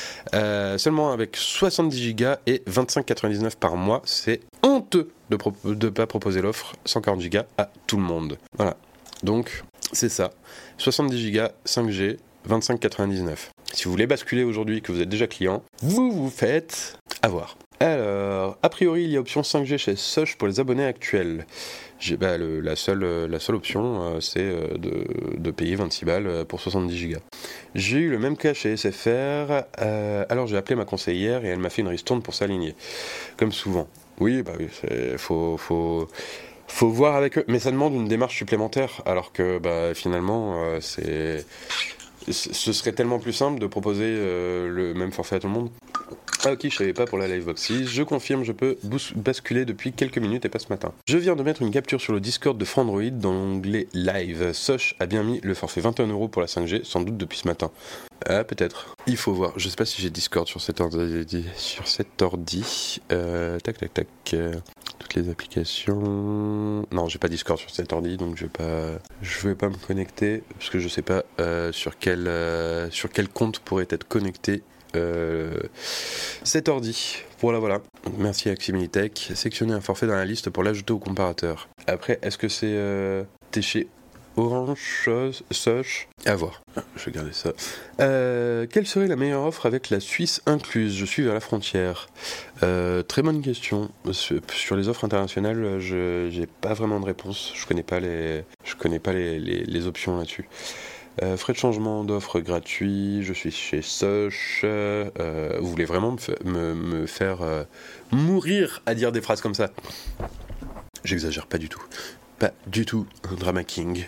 S2: Euh, seulement avec soixante-dix gigas et vingt-cinq quatre-vingt-dix-neuf par mois, c'est honteux de ne de pas proposer l'offre cent quarante gigas à tout le monde. Voilà, donc c'est ça. soixante-dix gigas, cinq G, vingt-cinq quatre-vingt-dix-neuf. Si vous voulez basculer aujourd'hui, que vous êtes déjà client, vous vous faites avoir. Alors, a priori, il y a option cinq G chez Sosh pour les abonnés actuels. J'ai, bah, le, la, seule, la seule option, euh, c'est euh, de, de payer vingt-six balles pour soixante-dix gigas. J'ai eu le même cas chez S F R, euh, alors j'ai appelé ma conseillère et elle m'a fait une ristourne pour s'aligner. Comme souvent. Oui, bah oui, il faut... faut... faut voir avec eux, mais ça demande une démarche supplémentaire, alors que bah, finalement, euh, c'est... ce serait tellement plus simple de proposer euh, le même forfait à tout le monde. Ah ok, je savais pas pour la Livebox six. Je confirme, je peux bous- basculer depuis quelques minutes et pas ce matin. Je viens de mettre une capture sur le Discord de Frandroid dans l'onglet Live. Soch a bien mis le forfait vingt et un euros pour la cinq G, sans doute depuis ce matin. Ah, peut-être. Il faut voir. Je sais pas si j'ai Discord sur cet ordi. Sur cet ordi. Euh, tac, tac, tac. Euh, toutes les applications. Non, j'ai pas Discord sur cet ordi, donc je vais pas. Je vais pas me connecter parce que je sais pas euh, sur quel euh, sur quel compte pourrait être connecté. Euh, cet ordi, voilà voilà. Merci Aximilitech. Sectionner un forfait dans la liste pour l'ajouter au comparateur. Après, est-ce que c'est euh, t'es chez Orange, chose, Soch à voir. Je vais garder ça. Euh, quelle serait la meilleure offre avec la Suisse incluse? Je suis vers la frontière. Euh, très bonne question. Sur les offres internationales, je j'ai pas vraiment de réponse. Je connais pas les, je connais pas les, les, les options là-dessus. Euh, frais de changement d'offre gratuit, je suis chez Soch. Euh, vous voulez vraiment me, fa- me, me faire euh, mourir à dire des phrases comme ça? J'exagère pas du tout. Pas du tout un Drama King.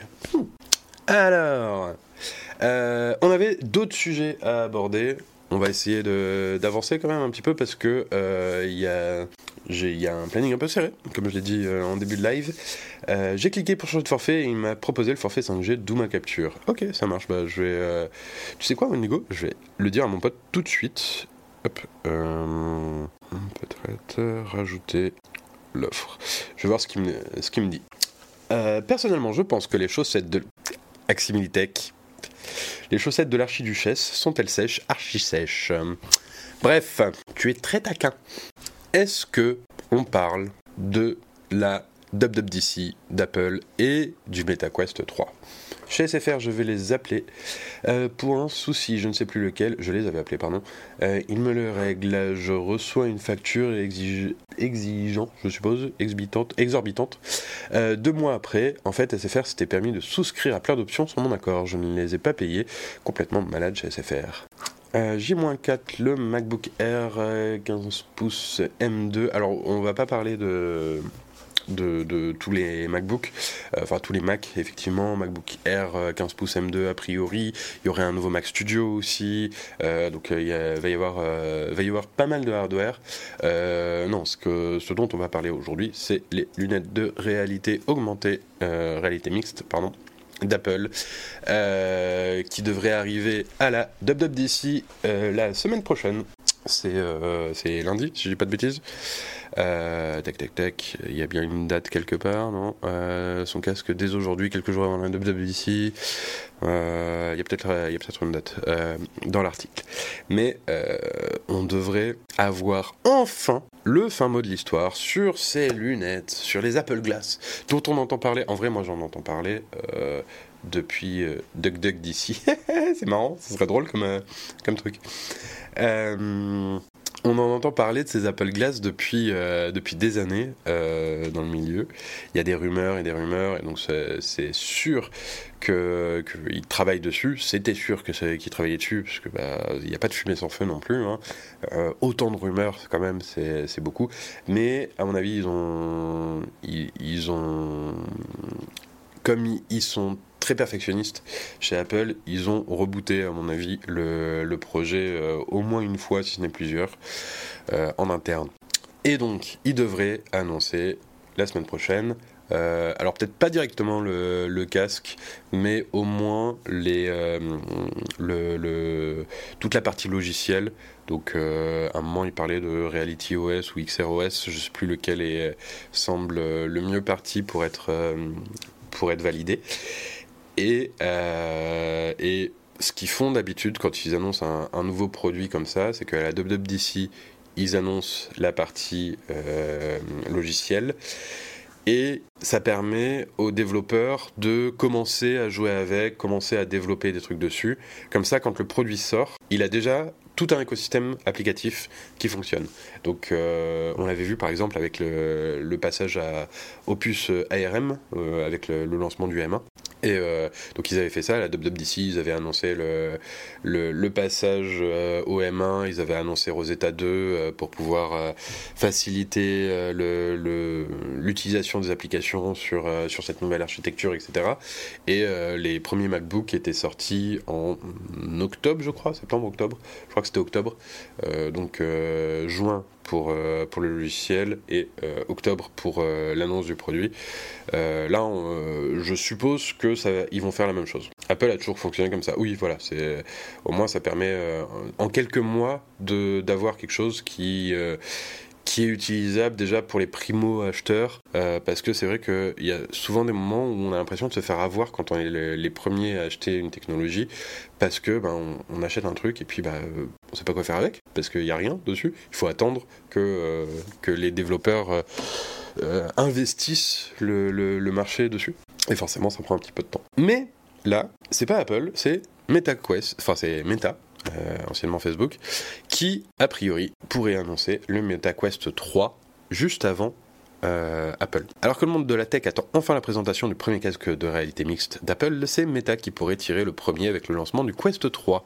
S2: Alors, euh, on avait d'autres sujets à aborder. On va essayer de, d'avancer quand même un petit peu parce que euh, il y a... J'ai, il y a un planning un peu serré, comme je l'ai dit euh, en début de live. Euh, j'ai cliqué pour changer de forfait et il m'a proposé le forfait cinq G, d'où ma capture. Ok, ça marche. Bah, je vais. Euh... Tu sais quoi, Nigo? Je vais le dire à mon pote tout de suite. Hop. Euh... Peut-être rajouter l'offre. Je vais voir ce qu'il me, ce qu'il me dit. Euh, personnellement, je pense que les chaussettes de Aximilitech, les chaussettes de l'archiduchesse sont-elles sèches, archi-sèches? Bref, tu es très taquin. Est-ce que on parle de la W W D C d'Apple et du MetaQuest trois? Chez S F R, je vais les appeler euh, pour un souci, je ne sais plus lequel, je les avais appelés, pardon. Euh, ils me le règlent, je reçois une facture exige... exigeante, je suppose, exorbitante, exorbitante. Euh, deux mois après, en fait, S F R s'était permis de souscrire à plein d'options sans mon accord. Je ne les ai pas payées, complètement malade chez S F R. Euh, J quatre, le MacBook Air euh, quinze pouces M deux. Alors, on va pas parler de... De, de tous les MacBooks, euh, enfin tous les Mac, effectivement, MacBook Air euh, quinze pouces M deux a priori, il y aurait un nouveau Mac Studio aussi, euh, donc il euh, va y avoir euh, va y avoir pas mal de hardware. Euh, non, ce, que, ce dont on va parler aujourd'hui, c'est les lunettes de réalité augmentée, euh, réalité mixte, pardon, d'Apple, euh, qui devrait arriver à la W W D C euh, la semaine prochaine. C'est, euh, c'est lundi, si je dis pas de bêtises. Euh, tac tac tac, il y a bien une date quelque part, non? euh, Son casque dès aujourd'hui, quelques jours avant la W W D C. Euh, il y a peut-être, il y a peut-être une date euh, dans l'article. Mais euh, on devrait avoir enfin le fin mot de l'histoire sur ces lunettes, sur les Apple Glass, dont on entend parler. En vrai, moi j'en entends parler euh, depuis euh, DuckDuckDC. C'est marrant, ce serait drôle comme, euh, comme truc. Euh, on en entend parler de ces Apple Glass depuis, euh, depuis des années euh, dans le milieu. Il y a des rumeurs et des rumeurs, et donc c'est, c'est sûr que, qu'ils travaillent dessus. C'était sûr que c'est, qu'ils travaillaient dessus, parce que bah, il n'y a pas de fumée sans feu non plus. Hein. Euh, autant de rumeurs, quand même, c'est, c'est beaucoup. Mais à mon avis, ils ont, ils, ils ont, comme ils sont très perfectionnistes chez Apple, ils ont rebooté, à mon avis, le, le projet euh, au moins une fois, si ce n'est plusieurs, euh, en interne. Et donc, ils devraient annoncer la semaine prochaine, euh, alors peut-être pas directement le, le casque, mais au moins les, euh, le, le, toute la partie logicielle. Donc, euh, à un moment, il parlait de Reality O S ou X R O S, je ne sais plus lequel est, semble le mieux parti pour être, euh, pour être validé. Et, euh, et ce qu'ils font d'habitude quand ils annoncent un, un nouveau produit comme ça, c'est qu'à la W W D C, ils annoncent la partie euh, logicielle et ça permet aux développeurs de commencer à jouer avec, commencer à développer des trucs dessus. Comme ça, quand le produit sort, il a déjà tout un écosystème applicatif qui fonctionne. Donc euh, on l'avait vu par exemple avec le, le passage à Opus A R M, euh, avec le, le lancement du M un. Et euh, donc ils avaient fait ça à la W W D C, ils avaient annoncé le, le, le passage euh, au M un, ils avaient annoncé Rosetta deux euh, pour pouvoir euh, faciliter euh, le, le, l'utilisation des applications sur, euh, sur cette nouvelle architecture, et cetera. Et euh, les premiers MacBook étaient sortis en octobre, je crois, septembre-octobre, je crois que c'était octobre, euh, donc euh, juin pour, euh, pour le logiciel et euh, octobre pour euh, l'annonce du produit. Euh, là, on, euh, je suppose que ça, ils vont faire la même chose. Apple a toujours fonctionné comme ça. Oui, voilà, c'est, au moins ça permet euh, en quelques mois de, d'avoir quelque chose qui... Euh, qui est utilisable déjà pour les primo-acheteurs, euh, parce que c'est vrai qu'il y a souvent des moments où on a l'impression de se faire avoir quand on est les, les premiers à acheter une technologie, parce que ben, on, on achète un truc et puis ben, euh, on ne sait pas quoi faire avec, parce qu'il n'y a rien dessus. Il faut attendre que, euh, que les développeurs euh, euh, investissent le, le, le marché dessus. Et forcément, ça prend un petit peu de temps. Mais là, c'est pas Apple, c'est MetaQuest, enfin c'est Meta, Euh, anciennement Facebook, qui, a priori, pourrait annoncer le MetaQuest trois juste avant euh, Apple. Alors que le monde de la tech attend enfin la présentation du premier casque de réalité mixte d'Apple, c'est Meta qui pourrait tirer le premier avec le lancement du Quest trois.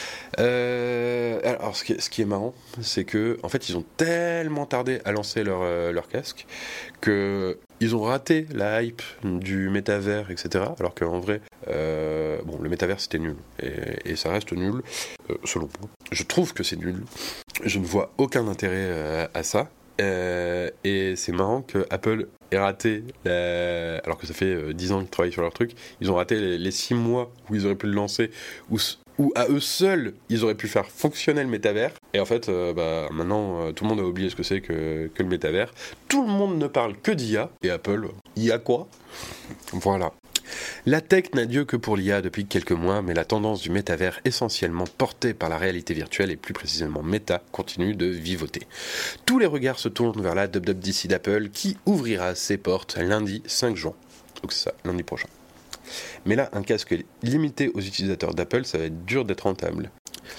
S2: Euh, alors, ce qui, est, ce qui est marrant, c'est que, en fait, ils ont tellement tardé à lancer leur, euh, leur casque que ils ont raté la hype du métavers, et cetera. Alors qu'en vrai, euh, bon, le métavers c'était nul et, et ça reste nul, euh, selon moi. Je trouve que c'est nul. Je ne vois aucun intérêt euh, à ça. Euh, et c'est marrant que Apple ait raté, la... alors que ça fait euh, dix ans qu'ils travaillent sur leur truc, ils ont raté les, les six mois où ils auraient pu le lancer, où, où à eux seuls ils auraient pu faire fonctionner le métavers. Et en fait, euh, bah, maintenant euh, tout le monde a oublié ce que c'est que, que le métavers. Tout le monde ne parle que d'I A, et Apple, I A quoi ? Voilà. La tech n'a Dieu que pour l'I A depuis quelques mois, mais la tendance du métavers essentiellement portée par la réalité virtuelle et plus précisément Meta continue de vivoter. Tous les regards se tournent vers la W W D C d'Apple qui ouvrira ses portes lundi cinq juin. Donc c'est ça, lundi prochain. Mais là, un casque limité aux utilisateurs d'Apple, ça va être dur d'être rentable.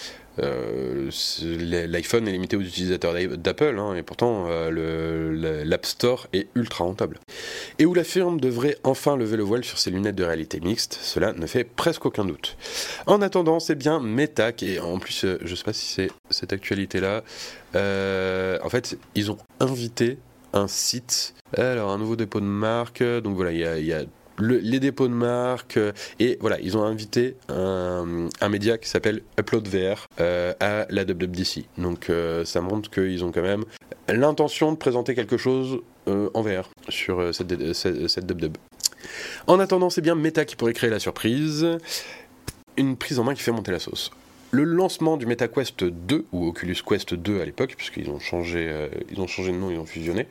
S2: Euh, l'iPhone est limité aux utilisateurs d'Apple, hein, et pourtant euh, le, l'App Store est ultra rentable. Et où la firme devrait enfin lever le voile sur ses lunettes de réalité mixte, cela ne fait presque aucun doute. En attendant, c'est bien Meta, et en plus, euh, je ne sais pas si c'est cette actualité-là, euh, en fait, ils ont invité un site, alors un nouveau dépôt de marque, donc voilà, il y a, y a Le, les dépôts de marque, euh, et voilà, ils ont invité un, un média qui s'appelle Upload V R euh, à la W W D C. Donc euh, ça montre qu'ils ont quand même l'intention de présenter quelque chose euh, en V R sur euh, cette, cette, cette W W D C. En attendant, c'est bien Meta qui pourrait créer la surprise, une prise en main qui fait monter la sauce. Le lancement du MetaQuest deux, ou Oculus Quest deux à l'époque, puisqu'ils ont changé, euh, ils ont changé de nom, ils ont fusionné,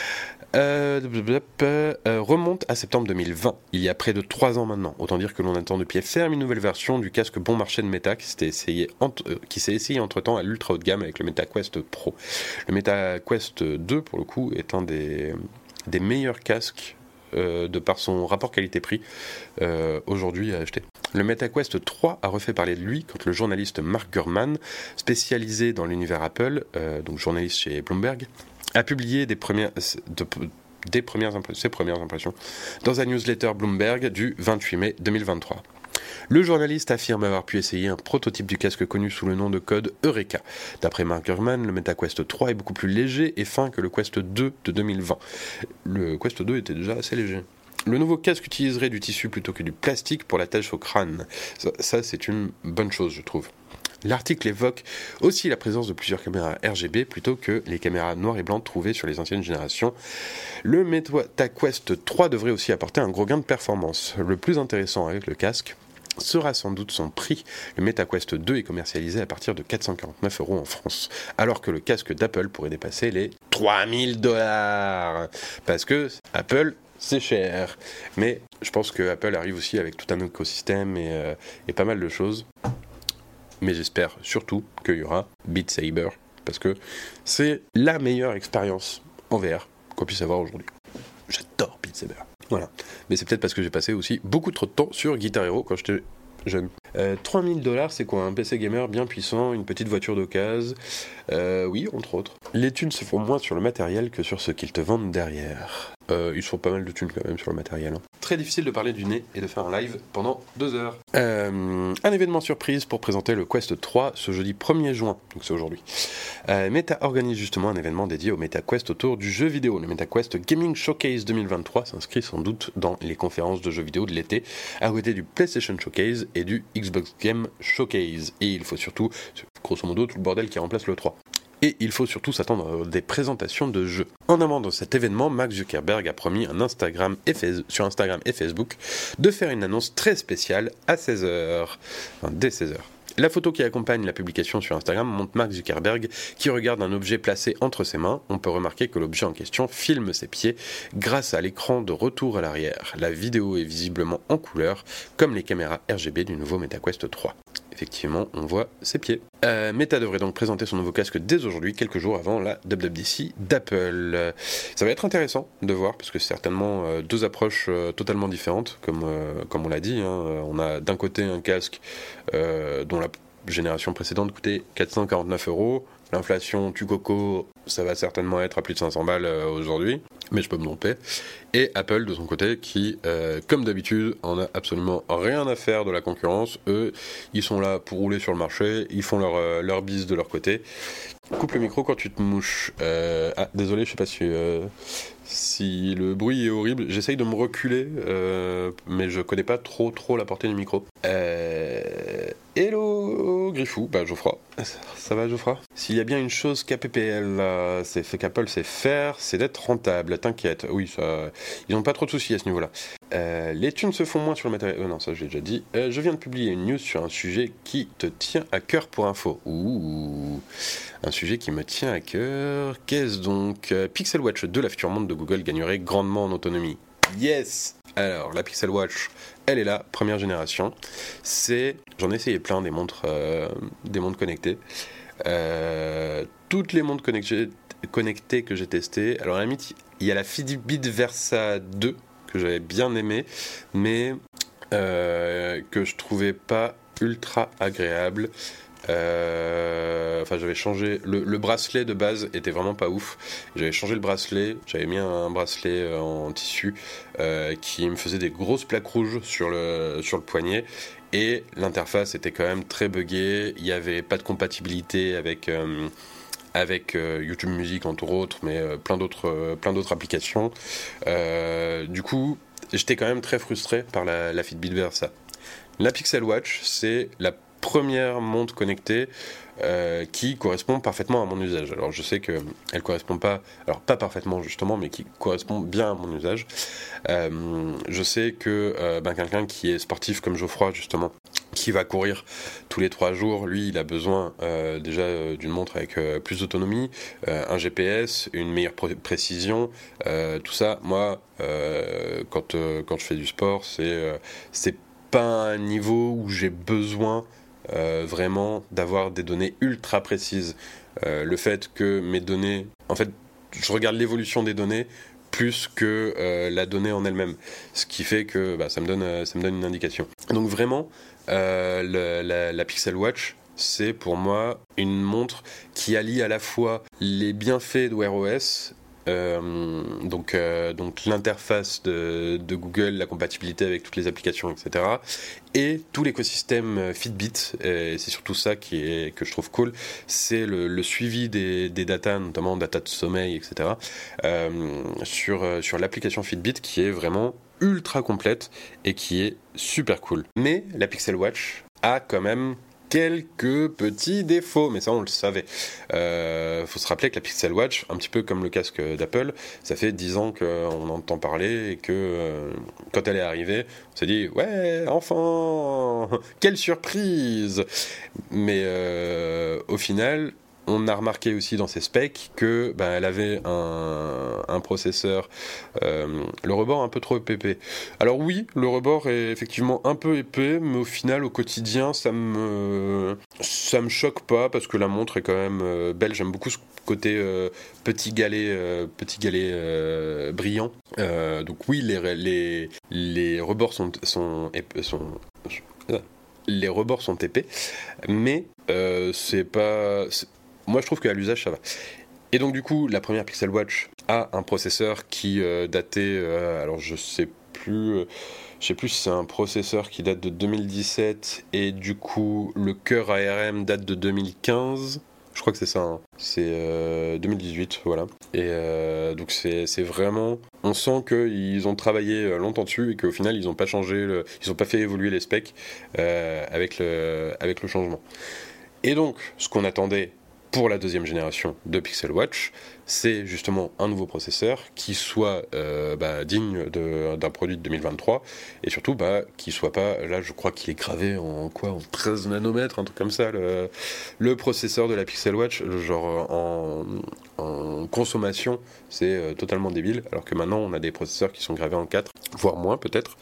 S2: Euh, euh, remonte à septembre deux mille vingt, il y a près de trois ans maintenant. Autant dire que l'on attend de pied ferme une nouvelle version du casque bon marché de Meta qui s'est essayé, entre, euh, qui s'est essayé entre-temps à l'ultra haut de gamme avec le MetaQuest Pro. Le MetaQuest deux, pour le coup, est un des, des meilleurs casques euh, de par son rapport qualité-prix euh, aujourd'hui à acheter. Le MetaQuest trois a refait parler de lui quand le journaliste Mark Gurman, spécialisé dans l'univers Apple, euh, donc journaliste chez Bloomberg, a publié des premières, de, des premières impressions, ses premières impressions dans un newsletter Bloomberg du vingt-huit mai deux mille vingt-trois. Le journaliste affirme avoir pu essayer un prototype du casque connu sous le nom de code Eureka. D'après Mark Gurman, le MetaQuest trois est beaucoup plus léger et fin que le Quest deux de deux mille vingt. Le Quest deux était déjà assez léger. Le nouveau casque utiliserait du tissu plutôt que du plastique pour l'attache au crâne. Ça, ça c'est une bonne chose, je trouve. L'article évoque aussi la présence de plusieurs caméras R G B plutôt que les caméras noires et blancs trouvées sur les anciennes générations. Le MetaQuest trois devrait aussi apporter un gros gain de performance. Le plus intéressant avec le casque sera sans doute son prix. Le MetaQuest deux est commercialisé à partir de quatre cent quarante-neuf euros en France, alors que le casque d'Apple pourrait dépasser les trois mille dollars. Parce que Apple, c'est cher. Mais je pense que Apple arrive aussi avec tout un écosystème et, euh, et pas mal de choses. Mais j'espère surtout qu'il y aura Beat Saber, parce que c'est la meilleure expérience en V R qu'on puisse avoir aujourd'hui. J'adore Beat Saber. Voilà. Mais c'est peut-être parce que j'ai passé aussi beaucoup trop de temps sur Guitar Hero quand j'étais jeune. Euh, trois mille dollars, c'est quoi? Un P C gamer bien puissant, une petite voiture d'occasion? euh, Oui, entre autres. Les thunes se font moins sur le matériel que sur ce qu'ils te vendent derrière. Euh, ils se font pas mal de thunes quand même sur le matériel. Hein. Très difficile de parler du nez et de faire un live pendant deux heures. Euh, un événement surprise pour présenter le Quest trois ce jeudi premier juin, donc c'est aujourd'hui. Euh, Meta organise justement un événement dédié au MetaQuest autour du jeu vidéo. Le MetaQuest Gaming Showcase deux mille vingt-trois s'inscrit sans doute dans les conférences de jeux vidéo de l'été, à côté du PlayStation Showcase et du Xbox Game Showcase. Et il faut surtout, grosso modo, tout le bordel qui remplace le trois. Et il faut surtout s'attendre à des présentations de jeux. En amont de cet événement, Mark Zuckerberg a promis un Instagram et Face- sur Instagram et Facebook de faire une annonce très spéciale à seize heures, enfin dès seize heures. La photo qui accompagne la publication sur Instagram montre Mark Zuckerberg qui regarde un objet placé entre ses mains. On peut remarquer que l'objet en question filme ses pieds grâce à l'écran de retour à l'arrière. La vidéo est visiblement en couleur, comme les caméras R G B du nouveau MetaQuest trois. Effectivement, on voit ses pieds. Euh, Meta devrait donc présenter son nouveau casque dès aujourd'hui, quelques jours avant la W W D C d'Apple. Euh, ça va être intéressant de voir, parce que c'est certainement euh, deux approches euh, totalement différentes, comme, euh, comme on l'a dit. Hein. On a d'un côté un casque euh, dont la génération précédente coûtait quatre cent quarante-neuf euros. L'inflation tue coco, ça va certainement être à plus de cinq cents balles euh, aujourd'hui, mais je peux me tromper. Et Apple de son côté qui, euh, comme d'habitude, en a absolument rien à faire de la concurrence. Eux, ils sont là pour rouler sur le marché, ils font leur, euh, leur bise de leur côté. Coupe le micro quand tu te mouches. Euh, ah, désolé, je sais pas si, euh, si le bruit est horrible. J'essaye de me reculer, euh, mais je connais pas trop trop la portée du micro. Euh... Hello Griffou, bah Geoffroy, ça va Geoffroy? S'il y a bien une chose qu'A P P L euh, c'est fait qu'Apple sait faire, c'est d'être rentable, t'inquiète, oui, ça, ils n'ont pas trop de soucis à ce niveau-là. Euh, les thunes se font moins sur le matériel, euh, non ça j'ai déjà dit, euh, je viens de publier une news sur un sujet qui te tient à cœur pour info. Ouh, un sujet qui me tient à cœur, qu'est-ce donc? Pixel Watch deux, la future montre de Google gagnerait grandement en autonomie. Yes! Alors, la Pixel Watch, elle est là, première génération. C'est, j'en ai essayé plein des montres, euh, des montres connectées. Euh, toutes les montres connectées, connectées que j'ai testées. Alors à la limite, il y a la Fitbit Versa deux que j'avais bien aimé, mais euh, que je trouvais pas ultra agréable. Euh, enfin j'avais changé le, le bracelet de base était vraiment pas ouf, j'avais changé le bracelet, j'avais mis un bracelet en tissu euh, qui me faisait des grosses plaques rouges sur le, sur le poignet et l'interface était quand même très buggée, il n'y avait pas de compatibilité avec euh, avec euh, YouTube Music entre autres, mais euh, plein d'autres euh, plein d'autres applications. Euh, du coup j'étais quand même très frustré par la, la Fitbit Versa. La Pixel Watch, c'est la première montre connectée euh, qui correspond parfaitement à mon usage. Alors je sais qu'elle ne correspond pas, alors pas parfaitement justement, mais qui correspond bien à mon usage. Euh, je sais que euh, ben, quelqu'un qui est sportif comme Geoffroy justement, qui va courir tous les trois jours, lui il a besoin euh, déjà euh, d'une montre avec euh, plus d'autonomie, euh, un G P S, une meilleure pr- précision, euh, tout ça. Moi, euh, quand, euh, quand je fais du sport, c'est, euh, c'est pas un niveau où j'ai besoin Euh, vraiment d'avoir des données ultra précises. Euh, le fait que mes données, en fait, je regarde l'évolution des données plus que euh, la donnée en elle-même, ce qui fait que bah, ça me donne, euh, ça me donne une indication. Donc vraiment, euh, le, la, la Pixel Watch, c'est pour moi une montre qui allie à la fois les bienfaits de Wear O S. Euh, donc, euh, donc l'interface de, de Google, la compatibilité avec toutes les applications, et cetera. Et tout l'écosystème Fitbit, et c'est surtout ça qui est, que je trouve cool, c'est le, le suivi des, des datas, notamment data de sommeil, et cetera. Euh, sur, sur l'application Fitbit qui est vraiment ultra complète et qui est super cool. Mais la Pixel Watch a quand même quelques petits défauts, mais ça on le savait. Euh, faut se rappeler que la Pixel Watch, un petit peu comme le casque d'Apple, ça fait dix ans qu'on entend parler et que euh, quand elle est arrivée, on s'est dit ouais, enfin, quelle surprise. Mais euh, au final, on a remarqué aussi dans ses specs que bah, elle avait un, un processeur, euh, le rebord un peu trop épais. Alors oui, le rebord est effectivement un peu épais, mais au final, au quotidien, ça me ça me choque pas parce que la montre est quand même euh, belle. J'aime beaucoup ce côté euh, petit galet, euh, petit galet euh, brillant. Euh, donc oui, les les les rebords sont sont sont les rebords sont épais, mais euh, c'est pas... C'est... Moi je trouve qu'à l'usage ça va. Et donc du coup, la première Pixel Watch a un processeur qui euh, datait, euh, alors je sais plus, euh, je sais plus si c'est un processeur qui date de deux mille dix-sept et du coup le cœur A R M date de deux mille quinze. Je crois que c'est ça, hein. C'est euh, deux mille dix-huit, voilà. Et euh, donc c'est, c'est vraiment... On sent qu'ils ont travaillé longtemps dessus et qu'au final, ils n'ont pas changé, le, ils n'ont pas fait évoluer les specs euh, avec, le, avec le changement. Et donc, ce qu'on attendait pour la deuxième génération de Pixel Watch, c'est justement un nouveau processeur qui soit euh, bah, digne de, d'un produit de deux mille vingt-trois et surtout bah, qui soit pas, là je crois qu'il est gravé en quoi, en treize nanomètres, un truc comme ça, le, le processeur de la Pixel Watch, genre en, en consommation, c'est euh, totalement débile, alors que maintenant on a des processeurs qui sont gravés en quatre, voire moins peut-être.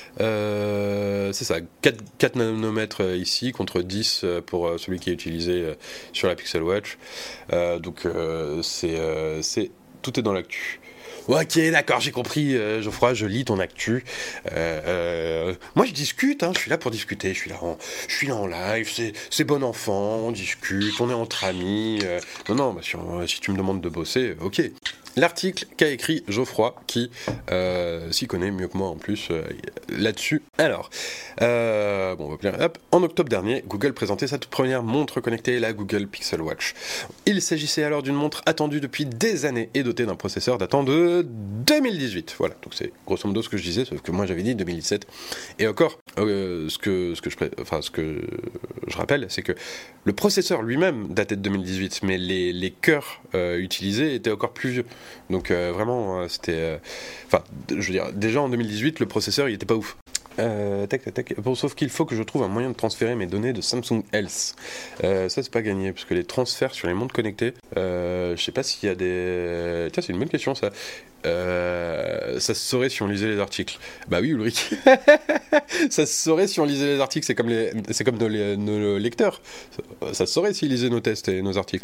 S2: Euh, c'est ça, quatre, quatre nanomètres ici contre dix pour celui qui est utilisé sur la Pixel Watch. Euh, donc euh, c'est, euh, c'est tout est dans l'actu. Ok, d'accord, j'ai compris, euh, Geoffroy, je lis ton actu. Euh, euh, moi, je discute, hein, je suis là pour discuter, je suis là en, je suis là en live, c'est, c'est bon enfant, on discute, on est entre amis. Euh, non, non, bah, si, on, si tu me demandes de bosser, ok. L'article qu'a écrit Geoffroy, qui euh, s'y connaît mieux que moi en plus euh, là-dessus. Alors, euh, bon, on va bien, hop. En octobre dernier, Google présentait sa toute première montre connectée, la Google Pixel Watch. Il s'agissait alors d'une montre attendue depuis des années et dotée d'un processeur datant de deux mille dix-huit. Voilà, donc c'est grosso modo ce que je disais, sauf que moi j'avais dit deux mille dix-sept. Et encore, euh, ce que ce que je, enfin ce que je rappelle, c'est que le processeur lui-même datait de deux mille dix-huit, mais les les cœurs euh, utilisés étaient encore plus vieux. Donc euh, vraiment, euh, c'était... Enfin, euh, je veux dire, déjà en deux mille dix-huit, le processeur, il était pas ouf. Euh, tac, tac, tac. Bon, sauf qu'il faut que je trouve un moyen de transférer mes données de Samsung Health. Euh, ça, c'est pas gagné, parce que les transferts sur les montres connectées, euh, je sais pas s'il y a des... Tiens, c'est une bonne question, ça. Euh, ça se saurait si on lisait les articles. Bah oui, Ulrich. Ça se saurait si on lisait les articles, c'est comme, les... c'est comme nos, les... nos lecteurs. Ça, ça se saurait s'ils lisaient nos tests et nos articles.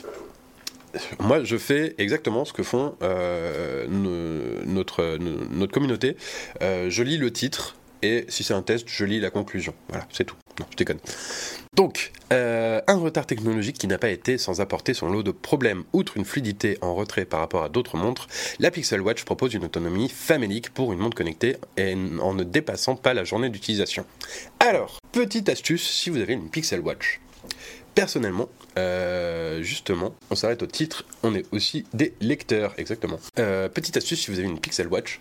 S2: Moi, je fais exactement ce que font euh, no, notre, no, notre communauté. Euh, je lis le titre et si c'est un test, je lis la conclusion. Voilà, c'est tout. Non, je déconne. Donc, euh, un retard technologique qui n'a pas été sans apporter son lot de problèmes. Outre une fluidité en retrait par rapport à d'autres montres, la Pixel Watch propose une autonomie famélique pour une montre connectée et en ne dépassant pas la journée d'utilisation. Alors, petite astuce si vous avez une Pixel Watch. Personnellement, euh, justement, on s'arrête au titre, on est aussi des lecteurs, exactement. Euh, petite astuce, si vous avez une Pixel Watch,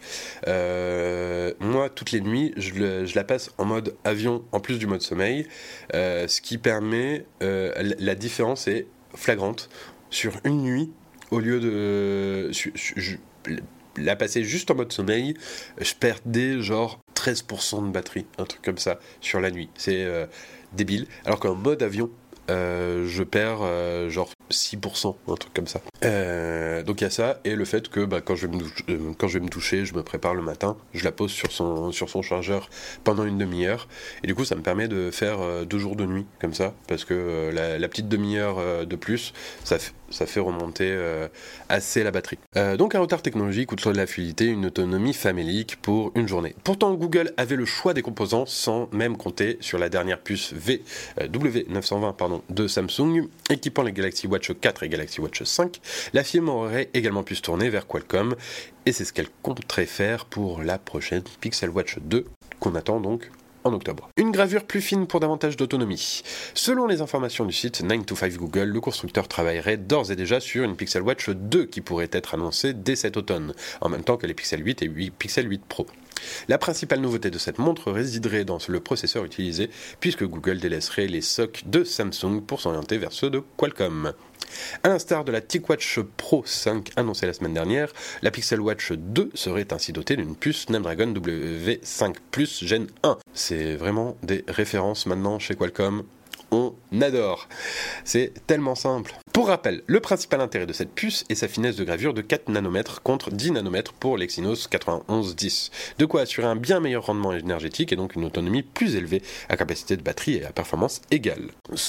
S2: euh, moi, toutes les nuits, je, le, je la passe en mode avion, en plus du mode sommeil, euh, ce qui permet, euh, la, la différence est flagrante. Sur une nuit, au lieu de... Su, su, je, la passer juste en mode sommeil, je perdais genre treize pour cent de batterie, un truc comme ça, sur la nuit. C'est euh, débile. Alors qu'en mode avion, Euh, je perds euh, genre six pour cent, un truc comme ça. Euh, donc il y a ça, et le fait que bah, quand, je vais me doucher, euh, quand je vais me toucher, je me prépare le matin, je la pose sur son, sur son chargeur pendant une demi-heure, et du coup ça me permet de faire euh, deux jours de nuit, comme ça, parce que euh, la, la petite demi-heure euh, de plus, ça, f- ça fait remonter euh, assez la batterie. Euh, donc un retard technologique, outre de la fluidité, une autonomie famélique pour une journée. Pourtant Google avait le choix des composants sans même compter sur la dernière puce v, euh, W neuf cent vingt pardon, de Samsung, équipant les Galaxy Watch quatre et Galaxy Watch cinq. La firme aurait également pu se tourner vers Qualcomm, et c'est ce qu'elle compterait faire pour la prochaine Pixel Watch deux, qu'on attend donc en octobre. Une gravure plus fine pour davantage d'autonomie. Selon les informations du site nine to five Google, le constructeur travaillerait d'ores et déjà sur une Pixel Watch deux qui pourrait être annoncée dès cet automne, en même temps que les Pixel huit et Pixel huit Pro. La principale nouveauté de cette montre résiderait dans le processeur utilisé, puisque Google délaisserait les socs de Samsung pour s'orienter vers ceux de Qualcomm. A l'instar de la TicWatch Pro cinq annoncée la semaine dernière, la Pixel Watch deux serait ainsi dotée d'une puce Snapdragon W cinq plus Gen un. C'est vraiment des références maintenant chez Qualcomm. On adore. C'est tellement simple. Pour rappel, le principal intérêt de cette puce est sa finesse de gravure de quatre nanomètres contre dix nanomètres pour l'Exynos quatre-vingt-onze dix. De quoi assurer un bien meilleur rendement énergétique et donc une autonomie plus élevée à capacité de batterie et à performance égale. Selon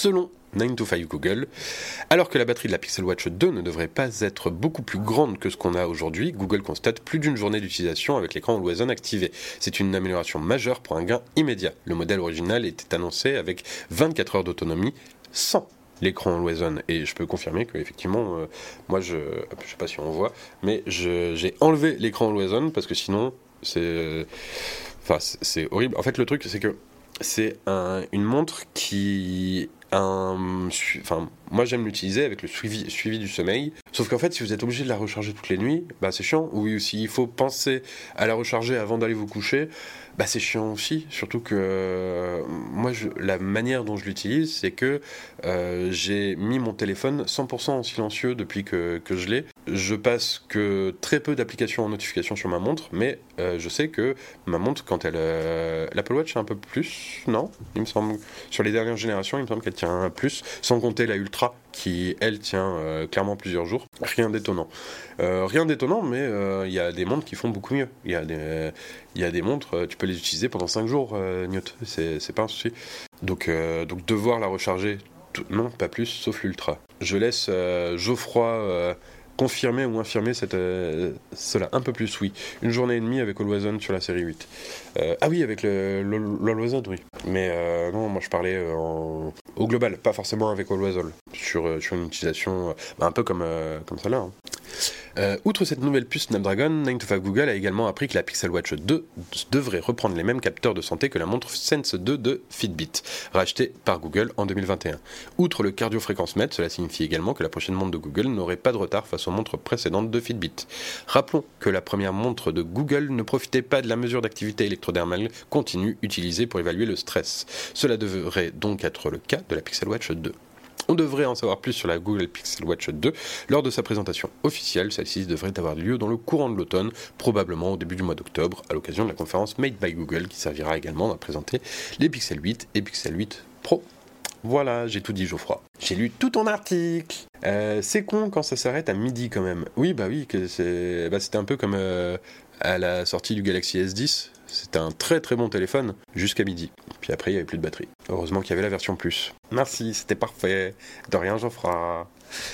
S2: nine to five Google. Alors que la batterie de la Pixel Watch deux ne devrait pas être beaucoup plus grande que ce qu'on a aujourd'hui, Google constate plus d'une journée d'utilisation avec l'écran Always On activé. C'est une amélioration majeure pour un gain immédiat. Le modèle original était annoncé avec vingt-quatre heures d'autonomie sans l'écran Always On, et je peux confirmer que effectivement euh, moi je je sais pas si on voit, mais je, j'ai enlevé l'écran Always On parce que sinon c'est enfin c'est, c'est horrible. En fait, le truc c'est que c'est un, une montre qui un, enfin moi j'aime l'utiliser avec le suivi suivi du sommeil, sauf qu'en fait si vous êtes obligé de la recharger toutes les nuits, bah c'est chiant. Ou s'il faut penser à la recharger avant d'aller vous coucher, bah c'est chiant aussi, surtout que euh, moi je, la manière dont je l'utilise, c'est que euh, j'ai mis mon téléphone cent pour cent en silencieux depuis que, que je l'ai. Je passe que très peu d'applications en notification sur ma montre, mais euh, je sais que ma montre, quand elle euh, l'Apple Watch un peu plus, non, il me semble, sur les dernières générations, il me semble qu'elle tient plus, sans compter la Ultra qui elle tient euh, clairement plusieurs jours. Rien d'étonnant. Euh, rien d'étonnant, mais il euh, y a des montres qui font beaucoup mieux. Il y a des, il y a des montres, euh, tu peux les utiliser pendant cinq jours, euh, Newt. C'est, c'est pas un souci. Donc, euh, donc devoir la recharger, tout, non, pas plus, sauf l'Ultra. Je laisse euh, Geoffroy euh, confirmer ou infirmer cette, euh, cela un peu plus, oui. Une journée et demie avec Always On sur la série huit. Euh, ah oui, avec le, le, l'Always On, oui. Mais euh, non, moi je parlais euh, en, au global, pas forcément avec Always On. Sur, euh, sur une utilisation euh, bah, un peu comme, euh, comme ça là. Hein. Euh, outre cette nouvelle puce Snapdragon, nine to five Google a également appris que la Pixel Watch deux devrait reprendre les mêmes capteurs de santé que la montre Sense deux de Fitbit, rachetée par Google en deux mille vingt et un. Outre le cardio-fréquence-mètre, cela signifie également que la prochaine montre de Google n'aurait pas de retard face aux montres précédentes de Fitbit. Rappelons que la première montre de Google ne profitait pas de la mesure d'activité électrodermale continue utilisée pour évaluer le stress. Cela devrait donc être le cas de la Pixel Watch deux. On devrait en savoir plus sur la Google Pixel Watch deux lors de sa présentation officielle. Celle-ci devrait avoir lieu dans le courant de l'automne, probablement au début du mois d'octobre, à l'occasion de la conférence Made by Google, qui servira également à présenter les Pixel huit et Pixel huit Pro. Voilà, j'ai tout dit, Geoffroy. J'ai lu tout ton article. Euh, c'est con quand ça s'arrête à midi quand même. Oui, bah oui, que c'est... Bah, c'était un peu comme euh, à la sortie du Galaxy S dix. C'était un très très bon téléphone jusqu'à midi. Puis après, il n'y avait plus de batterie. Heureusement qu'il y avait la version plus. Merci, c'était parfait. De rien, Geoffroy.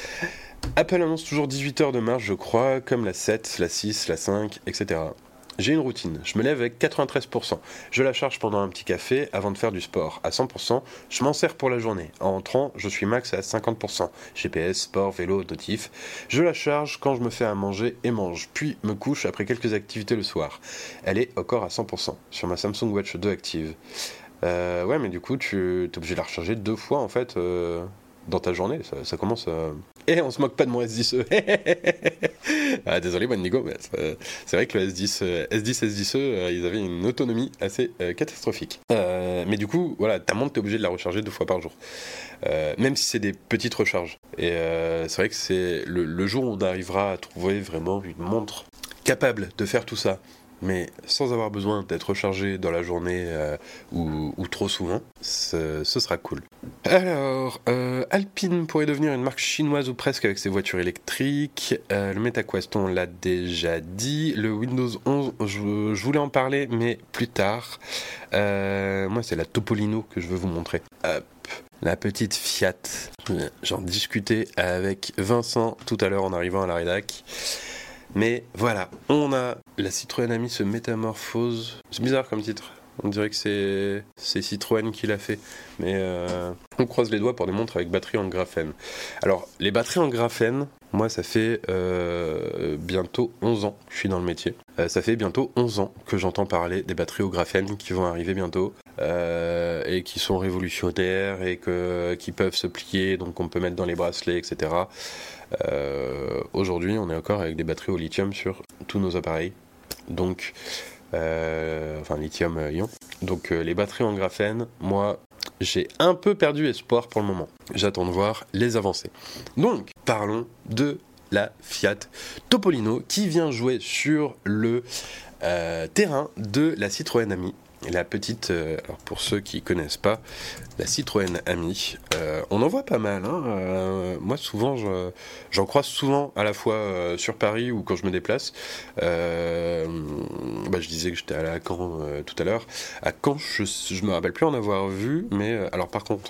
S2: Apple annonce toujours dix-huit heures de marche, je crois, comme la sept, la six, la cinq, et cetera. J'ai une routine, je me lève avec quatre-vingt-treize pour cent. Je la charge pendant un petit café avant de faire du sport. À cent pour cent, je m'en sers pour la journée. En rentrant, je suis max à cinquante pour cent. G P S, sport, vélo, notif. Je la charge quand je me fais à manger et mange, puis me couche après quelques activités le soir. Elle est encore à cent pour cent sur ma Samsung Watch deux active. Euh, ouais, mais du coup, tu es obligé de la recharger deux fois en fait euh, dans ta journée. Ça, ça commence à... Eh, on se moque pas de mon S dix E. Ah, désolé, Wendigo, mais c'est, c'est vrai que le S dix, S dix, S dix E, ils avaient une autonomie assez euh, catastrophique. Euh, mais du coup, voilà, ta montre, t'es obligé de la recharger deux fois par jour. Euh, même si c'est des petites recharges. Et euh, c'est vrai que c'est le, le jour où on arrivera à trouver vraiment une montre capable de faire tout ça, mais sans avoir besoin d'être rechargé dans la journée euh, ou, ou trop souvent, ce, ce sera cool. Alors, euh, Alpine pourrait devenir une marque chinoise ou presque avec ses voitures électriques. Euh, le MetaQuest, on l'a déjà dit. Le Windows onze, je, je voulais en parler, mais plus tard. Euh, moi, c'est la Topolino que je veux vous montrer. Hop, la petite Fiat. J'en discutais avec Vincent tout à l'heure en arrivant à la rédac. Mais voilà, on a la Citroën Ami se métamorphose. C'est bizarre comme titre. On dirait que c'est, c'est Citroën qui l'a fait. Mais euh, on croise les doigts pour des montres avec batterie en graphène. Alors, les batteries en graphène, moi, ça fait euh, bientôt onze ans que je suis dans le métier. Euh, ça fait bientôt onze ans que j'entends parler des batteries au graphène qui vont arriver bientôt. Euh, et qui sont révolutionnaires et que, qui peuvent se plier, donc on peut mettre dans les bracelets, et cetera. Euh, aujourd'hui, on est encore avec des batteries au lithium sur tous nos appareils. Donc, euh, enfin lithium-ion. Donc euh, les batteries en graphène, moi, j'ai un peu perdu espoir pour le moment. J'attends de voir les avancées. Donc, parlons de la Fiat Topolino qui vient jouer sur le euh, terrain de la Citroën Ami. La petite, euh, alors pour ceux qui connaissent pas, la Citroën Ami, euh, on en voit pas mal. Hein, euh, moi, souvent, je, j'en croise souvent à la fois euh, sur Paris ou quand je me déplace. Euh, bah, je disais que j'étais allé à Caen euh, tout à l'heure. À Caen, je, je me rappelle plus en avoir vu, mais euh, alors par contre,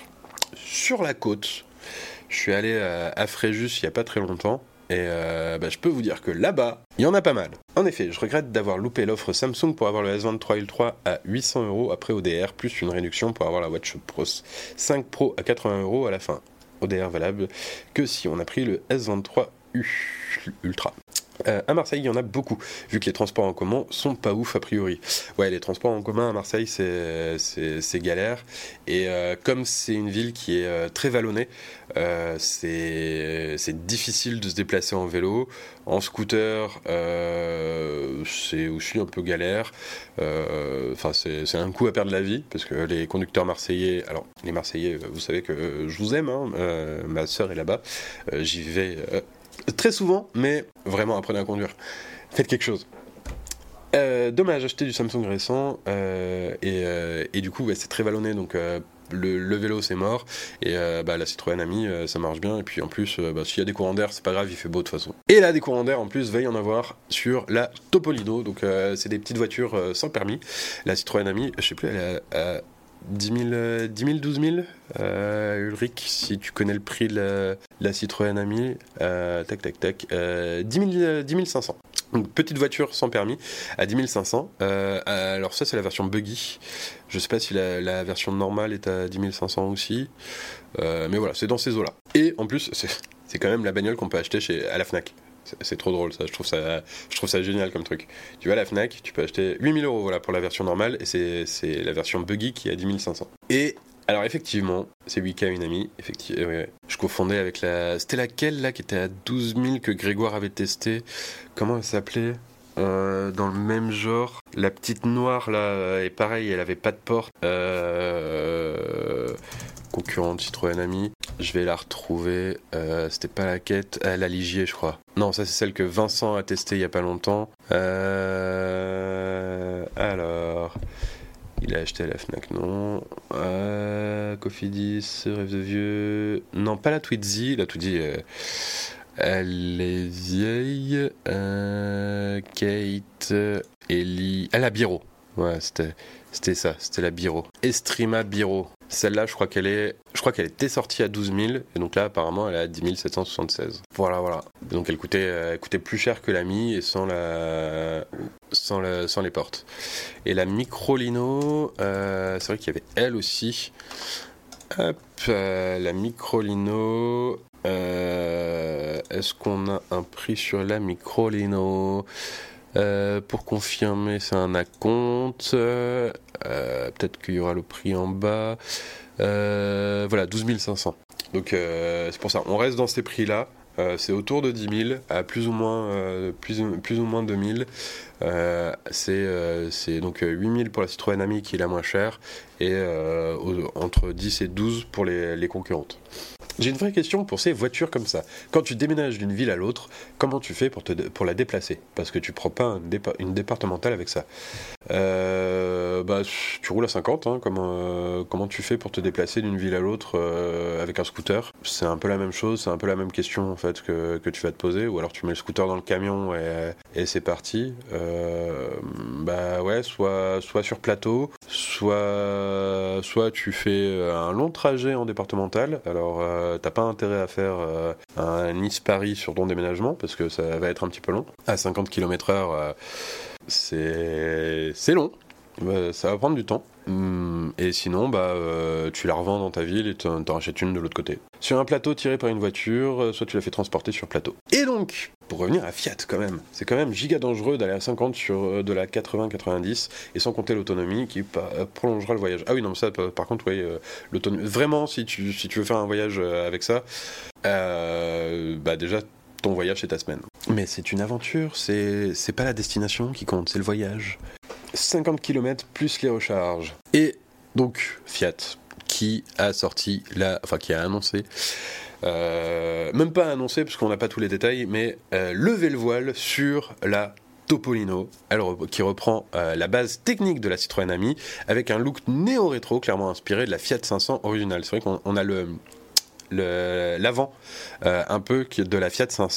S2: sur la côte. Je suis allé à, à Fréjus il n'y a pas très longtemps. Et euh, bah, je peux vous dire que là-bas, il y en a pas mal. En effet, je regrette d'avoir loupé l'offre Samsung pour avoir le S vingt-trois Ultra à huit cents euros après O D R, plus une réduction pour avoir la Watch Pro cinq Pro à quatre-vingts euros à la fin. O D R valable que si on a pris le S vingt-trois Ultra. Euh, à Marseille, il y en a beaucoup, vu que les transports en commun sont pas ouf a priori. Ouais, les transports en commun à Marseille, c'est, c'est, c'est galère. Et euh, comme c'est une ville qui est euh, très vallonnée, euh, c'est, c'est difficile de se déplacer en vélo. En scooter, euh, c'est aussi un peu galère. Euh, Enfin, c'est, c'est un coup à perdre la vie, parce que les conducteurs marseillais... Alors, les Marseillais, vous savez que je vous aime, hein, euh, ma sœur est là-bas. Euh, j'y vais... Euh, Très souvent, mais vraiment apprenez à conduire. Faites quelque chose. Euh, dommage, acheter du Samsung récent euh, et, euh, et du coup ouais, c'est très vallonné, donc euh, le, le vélo c'est mort et euh, bah, la Citroën Ami euh, ça marche bien, et puis en plus euh, bah, s'il y a des courants d'air c'est pas grave, il fait beau de toute façon. Et là des courants d'air en plus va y en avoir sur la Topolino, donc euh, c'est des petites voitures euh, sans permis. La Citroën Ami, je sais plus, elle est à dix mille, douze mille, euh, Ulrich, si tu connais le prix de la, la Citroën Ami, euh, tac tac tac, euh, dix mille cinq cents. Donc petite voiture sans permis à dix mille cinq cents. Euh, alors ça c'est la version buggy. Je sais pas si la, la version normale est à dix mille cinq cents aussi, euh, mais voilà, c'est dans ces eaux-là. Et en plus c'est, c'est quand même la bagnole qu'on peut acheter chez à la Fnac. C'est trop drôle ça, je trouve ça, je trouve ça génial comme truc. Tu vas à la Fnac, tu peux acheter huit mille euros voilà, pour la version normale, et c'est, c'est la version buggy qui est à dix mille cinq cents. Et alors effectivement, c'est huit K une amie, effectivement, ouais, ouais. Je confondais avec la... C'était laquelle là qui était à douze mille que Grégoire avait testé? Comment elle s'appelait? Euh, dans le même genre, la petite noire là, et pareil, elle avait pas de porte. Euh... Concurrente Citroën Ami. Je vais la retrouver. Euh, c'était pas la quête. Euh, la Ligier, je crois. Non, ça c'est celle que Vincent a testée il y a pas longtemps. Euh... Alors. Il a acheté à la Fnac, non. Euh... Cofidis, Rêve de Vieux. Non, pas la Twizy. La Twizy, euh... elle est vieille. Euh... Kate. Ellie. Ah, la Biro. Ouais, c'était, c'était ça, c'était la Biro. Estrima Biro. Celle-là, je crois qu'elle est, je crois qu'elle était sortie à douze mille, et donc là, apparemment, elle est à dix mille sept cent soixante-seize. Voilà, voilà. Donc elle coûtait, elle coûtait plus cher que l'Ami, et sans la, sans la, sans les portes. Et la Microlino, euh, c'est vrai qu'il y avait elle aussi. Hop, euh, la Microlino. Euh, est-ce qu'on a un prix sur la Microlino? Euh, pour confirmer, c'est un acompte. Euh, peut-être qu'il y aura le prix en bas. Euh, voilà, douze mille cinq cents. Donc euh, c'est pour ça, on reste dans ces prix-là. Euh, c'est autour de dix mille, à plus ou moins, euh, plus, plus ou moins deux mille. Euh, c'est, euh, c'est donc huit mille pour la Citroën Ami qui est la moins chère, et euh, entre dix et douze pour les, les concurrentes. J'ai une vraie question pour ces voitures comme ça. Quand tu déménages d'une ville à l'autre, comment tu fais pour, te, pour la déplacer? Parce que tu prends pas un dépa- une départementale avec ça. Euh, bah, tu roules à cinquante, hein, comment, euh, comment tu fais pour te déplacer d'une ville à l'autre euh, avec un scooter? C'est un peu la même chose, c'est un peu la même question en fait que, que tu vas te poser. Ou alors tu mets le scooter dans le camion et, et c'est parti. Euh, bah ouais, soit, soit sur plateau, soit, soit tu fais un long trajet en départemental. Alors euh, t'as pas intérêt à faire euh, un Nice-Paris sur ton déménagement parce que ça va être un petit peu long. À cinquante kilomètres heure, euh, c'est, c'est long. Euh, ça va prendre du temps. Hum, et sinon, bah, euh, tu la revends dans ta ville et t'en, t'en rachètes une de l'autre côté. Sur un plateau tiré par une voiture, euh, soit tu la fais transporter sur plateau. Et donc, pour revenir à Fiat quand même, c'est quand même giga dangereux d'aller à cinquante sur euh, de la quatre-vingts quatre-vingt-dix, et sans compter l'autonomie qui euh, prolongera le voyage. Ah oui, non, mais ça, par contre, oui, euh, l'autonomie. Vraiment, si tu, si tu veux faire un voyage euh, avec ça, euh, bah déjà, ton voyage, c'est ta semaine. Mais c'est une aventure, c'est, c'est pas la destination qui compte, c'est le voyage. cinquante kilomètres plus les recharges. Et donc, Fiat, qui a sorti, la, enfin qui a annoncé, euh, même pas annoncé parce qu'on n'a pas tous les détails, mais euh, lever le voile sur la Topolino, elle, qui reprend euh, la base technique de la Citroën Ami, avec un look néo-rétro, clairement inspiré de la Fiat cinq cents originale. C'est vrai qu'on on a le, le, l'avant, euh, un peu de la Fiat cinq cents,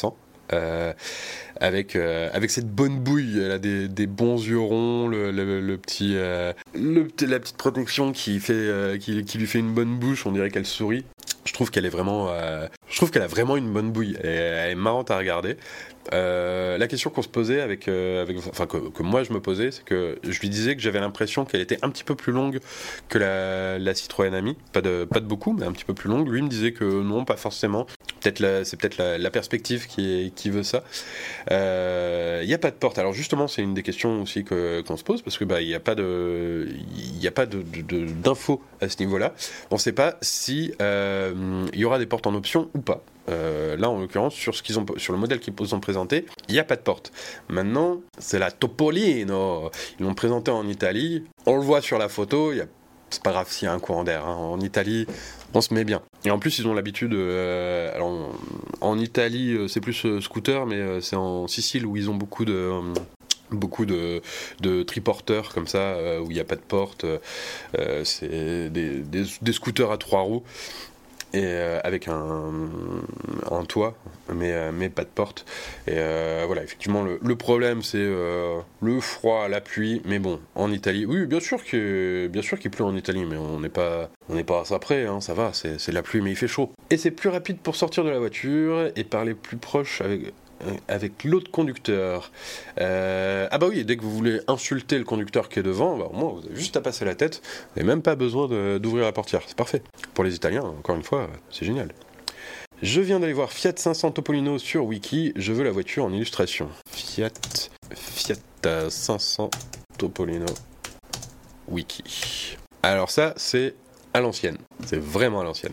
S2: euh, avec, euh, avec cette bonne bouille, elle a des, des bons yeux ronds, le, le, le petit, euh, le, la petite protection qui, fait, euh, qui, qui lui fait une bonne bouche, on dirait qu'elle sourit. Je trouve qu'elle est vraiment, euh, je trouve qu'elle a vraiment une bonne bouille. Elle est, elle est marrante à regarder. Euh, la question qu'on se posait avec, euh, avec enfin que, que moi je me posais, c'est que je lui disais que j'avais l'impression qu'elle était un petit peu plus longue que la, la Citroën Ami, pas de, pas de beaucoup, mais un petit peu plus longue. Lui me disait que non, pas forcément. Peut-être la, c'est peut-être la, la perspective qui, est, qui veut ça. Il euh, n'y a pas de porte. Alors justement, c'est une des questions aussi que, qu'on se pose parce que bah il n'y a pas de, il y a pas de, de, de, d'infos à ce niveau-là. On ne sait pas si euh, il y aura des portes en option ou pas. Euh, là, en l'occurrence, sur, ce qu'ils ont, sur le modèle qu'ils ont présenté, il n'y a pas de porte. Maintenant, c'est la Topolino. Ils l'ont présenté en Italie. On le voit sur la photo. Y a, c'est pas grave s'il y a un courant d'air. Hein. En Italie, on se met bien. Et en plus, ils ont l'habitude... Euh, alors, en, en Italie, c'est plus euh, scooter, mais euh, c'est en Sicile où ils ont beaucoup de... Euh, beaucoup de, de triporteurs comme ça, euh, où il n'y a pas de porte. Euh, c'est des, des, des scooters à trois roues. Et euh, avec un, un toit, mais, euh, mais pas de porte. Et euh, voilà, effectivement, le, le problème, c'est euh, le froid, la pluie. Mais bon, en Italie, oui, bien sûr qu'il, bien sûr qu'il pleut en Italie, mais on n'est pas, on n'est pas à ça près, hein, ça va, c'est, c'est la pluie, mais il fait chaud. Et c'est plus rapide pour sortir de la voiture et parler plus proche avec... avec l'autre conducteur. Euh, ah bah oui, dès que vous voulez insulter le conducteur qui est devant, bah au moins vous avez juste à passer la tête, vous n'avez même pas besoin de, d'ouvrir la portière, c'est parfait. Pour les Italiens, encore une fois, c'est génial. Je viens d'aller voir Fiat cinq cents Topolino sur Wiki, je veux la voiture en illustration. Fiat, Fiat cinq cents Topolino, Wiki. Alors ça, c'est à l'ancienne, c'est vraiment à l'ancienne.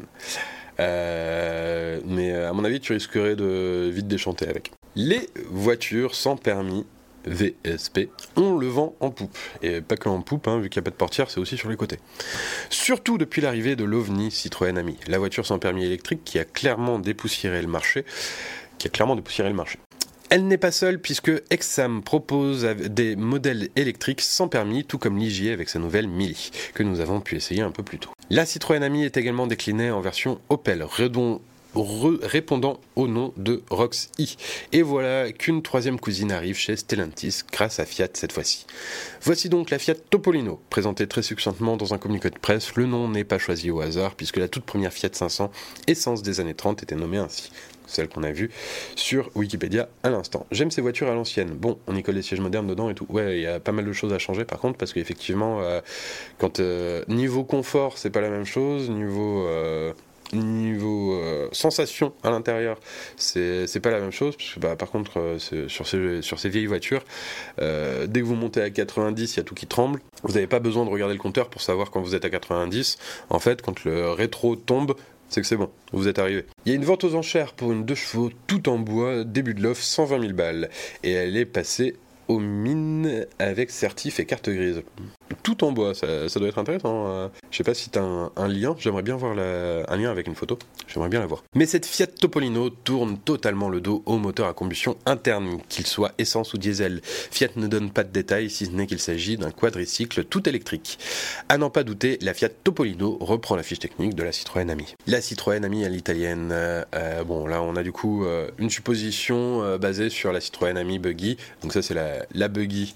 S2: Euh, mais à mon avis, tu risquerais de vite déchanter avec. Les voitures sans permis V S P, on le vend en poupe. Et pas que en poupe, hein, vu qu'il n'y a pas de portière, c'est aussi sur les côtés. Surtout depuis l'arrivée de l'OVNI Citroën Ami, la voiture sans permis électrique qui a clairement dépoussiéré le marché. Qui a clairement dépoussiéré le marché. Elle n'est pas seule puisque Exam propose des modèles électriques sans permis, tout comme Ligier avec sa nouvelle Mili, que nous avons pu essayer un peu plus tôt. La Citroën Ami est également déclinée en version Opel, redon, re, répondant au nom de Rox-i. Et voilà qu'une troisième cousine arrive chez Stellantis, grâce à Fiat cette fois-ci. Voici donc la Fiat Topolino, présentée très succinctement dans un communiqué de presse. Le nom n'est pas choisi au hasard, puisque la toute première Fiat cinq cents, essence des années trente, était nommée ainsi. Celle qu'on a vue sur Wikipédia à l'instant. J'aime ces voitures à l'ancienne. Bon, on y colle des sièges modernes dedans et tout. Ouais, il y a pas mal de choses à changer par contre, parce qu'effectivement, euh, quand euh, niveau confort, c'est pas la même chose. Niveau euh, niveau euh, sensation à l'intérieur, c'est c'est pas la même chose. Parce que bah, par contre, euh, c'est, sur ces sur ces vieilles voitures, euh, dès que vous montez à quatre-vingt-dix, il y a tout qui tremble. Vous n'avez pas besoin de regarder le compteur pour savoir quand vous êtes à quatre-vingt-dix. En fait, quand le rétro tombe, c'est que c'est bon, vous êtes arrivé. Il y a une vente aux enchères pour une deux chevaux tout en bois, début de l'offre, cent vingt mille balles. Et elle est passée aux mines avec certif et carte grise. Tout en bois, ça, ça doit être intéressant. Euh, je sais pas si t'as un, un lien, j'aimerais bien voir la, un lien avec une photo, j'aimerais bien la voir. Mais cette Fiat Topolino tourne totalement le dos au moteur à combustion interne, qu'il soit essence ou diesel. Fiat ne donne pas de détails, si ce n'est qu'il s'agit d'un quadricycle tout électrique. À n'en pas douter, la Fiat Topolino reprend la fiche technique de la Citroën Ami. La Citroën Ami à l'italienne, euh, euh, bon là on a du coup euh, une supposition euh, basée sur la Citroën Ami Buggy, donc ça c'est la, la Buggy,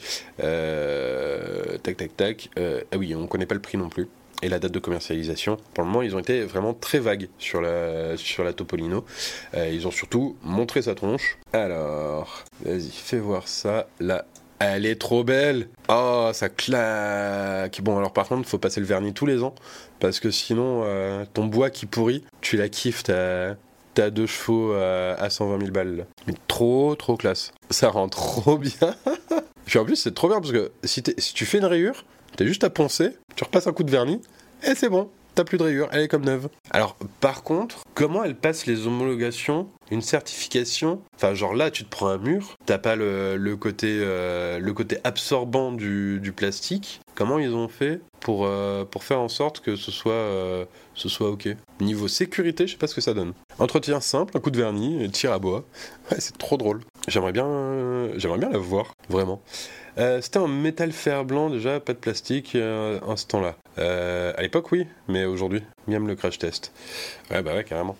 S2: euh, tac tac tac, euh, ah oui on connaît pas le prix non plus. Et la date de commercialisation. Pour le moment, ils ont été vraiment très vagues sur la, sur la Topolino. Euh, ils ont surtout montré sa tronche. Alors, vas-y, fais voir ça. Là, elle est trop belle. Oh, ça claque. Bon, alors par contre, il faut passer le vernis tous les ans. Parce que sinon, euh, ton bois qui pourrit, tu la kiffes, t'as... T'as deux chevaux à, à cent vingt mille balles. Là. Mais trop, trop classe. Ça rend trop bien. Puis en plus, c'est trop bien parce que si, si tu fais une rayure, t'as juste à poncer, tu repasses un coup de vernis, et c'est bon. T'as plus de rayure, elle est comme neuve. Alors, par contre, comment elle passe les homologations, une certification? Enfin, genre là, tu te prends un mur, t'as pas le, le, côté, euh, le côté absorbant du, du plastique. Comment ils ont fait pour, euh, pour faire en sorte que ce soit, euh, ce soit OK? Niveau sécurité, je sais pas ce que ça donne. Entretien simple, un coup de vernis, tir à bois. Ouais, c'est trop drôle. J'aimerais bien, euh, j'aimerais bien la voir, vraiment. Euh, c'était en métal fer blanc déjà, pas de plastique, euh, en ce temps-là. Euh, à l'époque, oui, mais aujourd'hui, même le crash test. Ouais, bah ouais, carrément.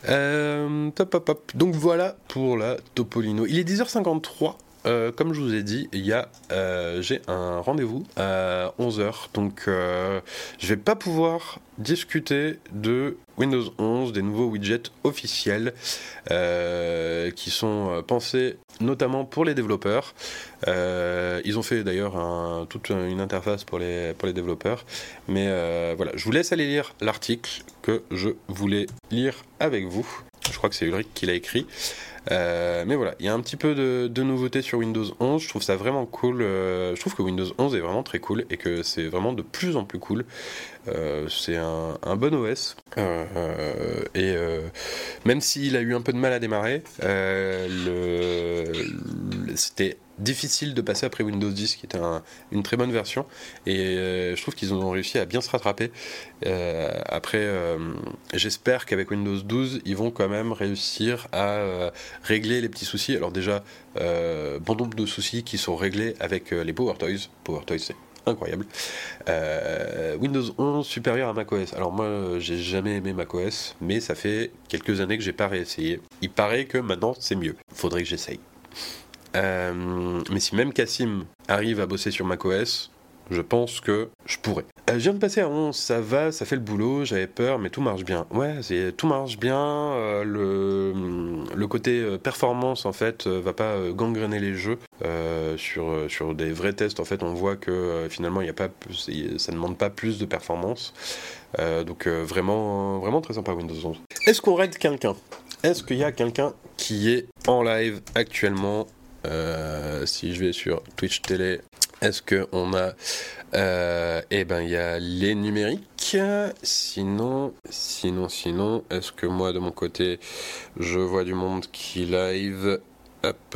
S2: Euh, top, hop, hop. Donc voilà pour la Topolino. Il est dix heures cinquante-trois. Euh, comme je vous ai dit, il y a, euh, j'ai un rendez-vous à onze heures, donc euh, je vais pas pouvoir discuter de Windows onze, des nouveaux widgets officiels euh, qui sont pensés notamment pour les développeurs. Euh, ils ont fait d'ailleurs un, toute une interface pour les, pour les développeurs, mais euh, voilà, je vous laisse aller lire l'article que je voulais lire avec vous. Je crois que c'est Ulrich qui l'a écrit. Euh, mais voilà, il y a un petit peu de, de nouveautés sur Windows onze, je trouve ça vraiment cool, euh, je trouve que Windows onze est vraiment très cool et que c'est vraiment de plus en plus cool, euh, c'est un, un bon O S, euh, euh, et euh, même s'il a eu un peu de mal à démarrer, euh, le, le, c'était difficile de passer après Windows dix qui était un, une très bonne version et euh, je trouve qu'ils ont réussi à bien se rattraper. Euh, après euh, j'espère qu'avec Windows douze ils vont quand même réussir à euh, régler les petits soucis. Alors déjà euh, bon nombre de soucis qui sont réglés avec euh, les PowerToys. PowerToys c'est incroyable. euh, Windows onze supérieur à macOS. Alors moi j'ai jamais aimé macOS, mais ça fait quelques années que j'ai pas réessayé. Il paraît que maintenant c'est mieux, faudrait que j'essaye. Euh, mais si même Cassim arrive à bosser sur macOS, je pense que je pourrais. Euh, je viens de passer à onze, ça va, ça fait le boulot, j'avais peur, mais tout marche bien. Ouais, c'est, tout marche bien, euh, le, le côté euh, performance, en fait, euh, va pas euh, gangréner les jeux. Euh, sur, euh, sur des vrais tests, en fait, on voit que euh, finalement, y a pas plus, ça ne demande pas plus de performance. Euh, donc euh, vraiment, vraiment très sympa Windows onze. Est-ce qu'on raid quelqu'un ? Est-ce qu'il y a quelqu'un qui est en live actuellement ? Euh, si je vais sur Twitch Télé, est-ce qu'on a euh, eh ben il y a les numériques. Sinon, sinon, sinon, est-ce que moi de mon côté je vois du monde qui live? Hop,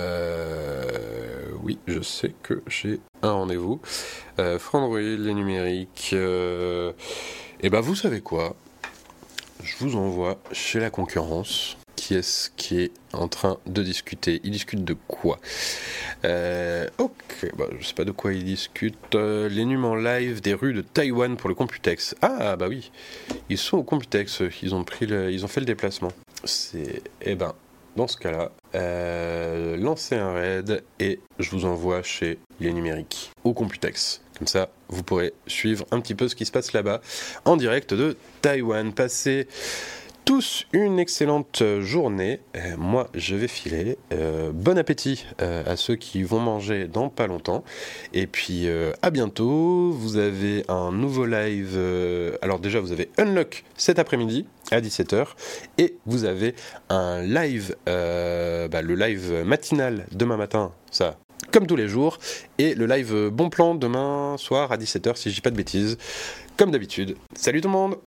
S2: euh, oui, je sais que j'ai un rendez-vous. Euh, Frandroid, les numériques. Euh, et ben vous savez quoi? Je vous envoie chez la concurrence. Qui est-ce qui est en train de discuter? Il discute de quoi? euh, Ok, bah, je sais pas de quoi il discute. Euh, les nums en live des rues de Taïwan pour le Computex. Ah bah oui, ils sont au Computex. Ils ont pris, le, ils ont fait le déplacement. C'est, eh ben, dans ce cas-là, euh, lancez un raid et je vous envoie chez les numériques au Computex. Comme ça, vous pourrez suivre un petit peu ce qui se passe là-bas en direct de Taïwan. Passez tous une excellente journée. Euh, moi, je vais filer. Euh, bon appétit euh, à ceux qui vont manger dans pas longtemps. Et puis, euh, à bientôt. Vous avez un nouveau live. Euh, alors déjà, vous avez Unlock cet après-midi à dix-sept heures. Et vous avez un live, euh, bah, le live matinal demain matin. Ça, comme tous les jours. Et le live Bon Plan demain soir à dix-sept heures, si je dis pas de bêtises. Comme d'habitude. Salut tout le monde!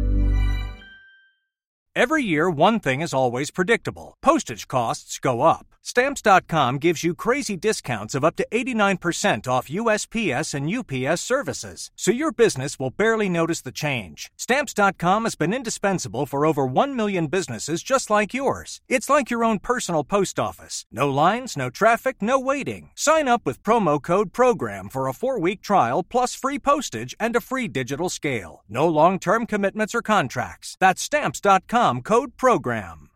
S3: Every year, one thing is always predictable. Postage costs go up. Stamps dot com gives you crazy discounts of up to eighty-nine percent off U S P S and U P S services, so your business will barely notice the change. Stamps dot com has been indispensable for over one million businesses just like yours. It's like your own personal post office. No lines, no traffic, no waiting. Sign up with promo code PROGRAM for a four-week trial plus free postage and a free digital scale. No long-term commitments or contracts. That's Stamps dot com, code PROGRAM.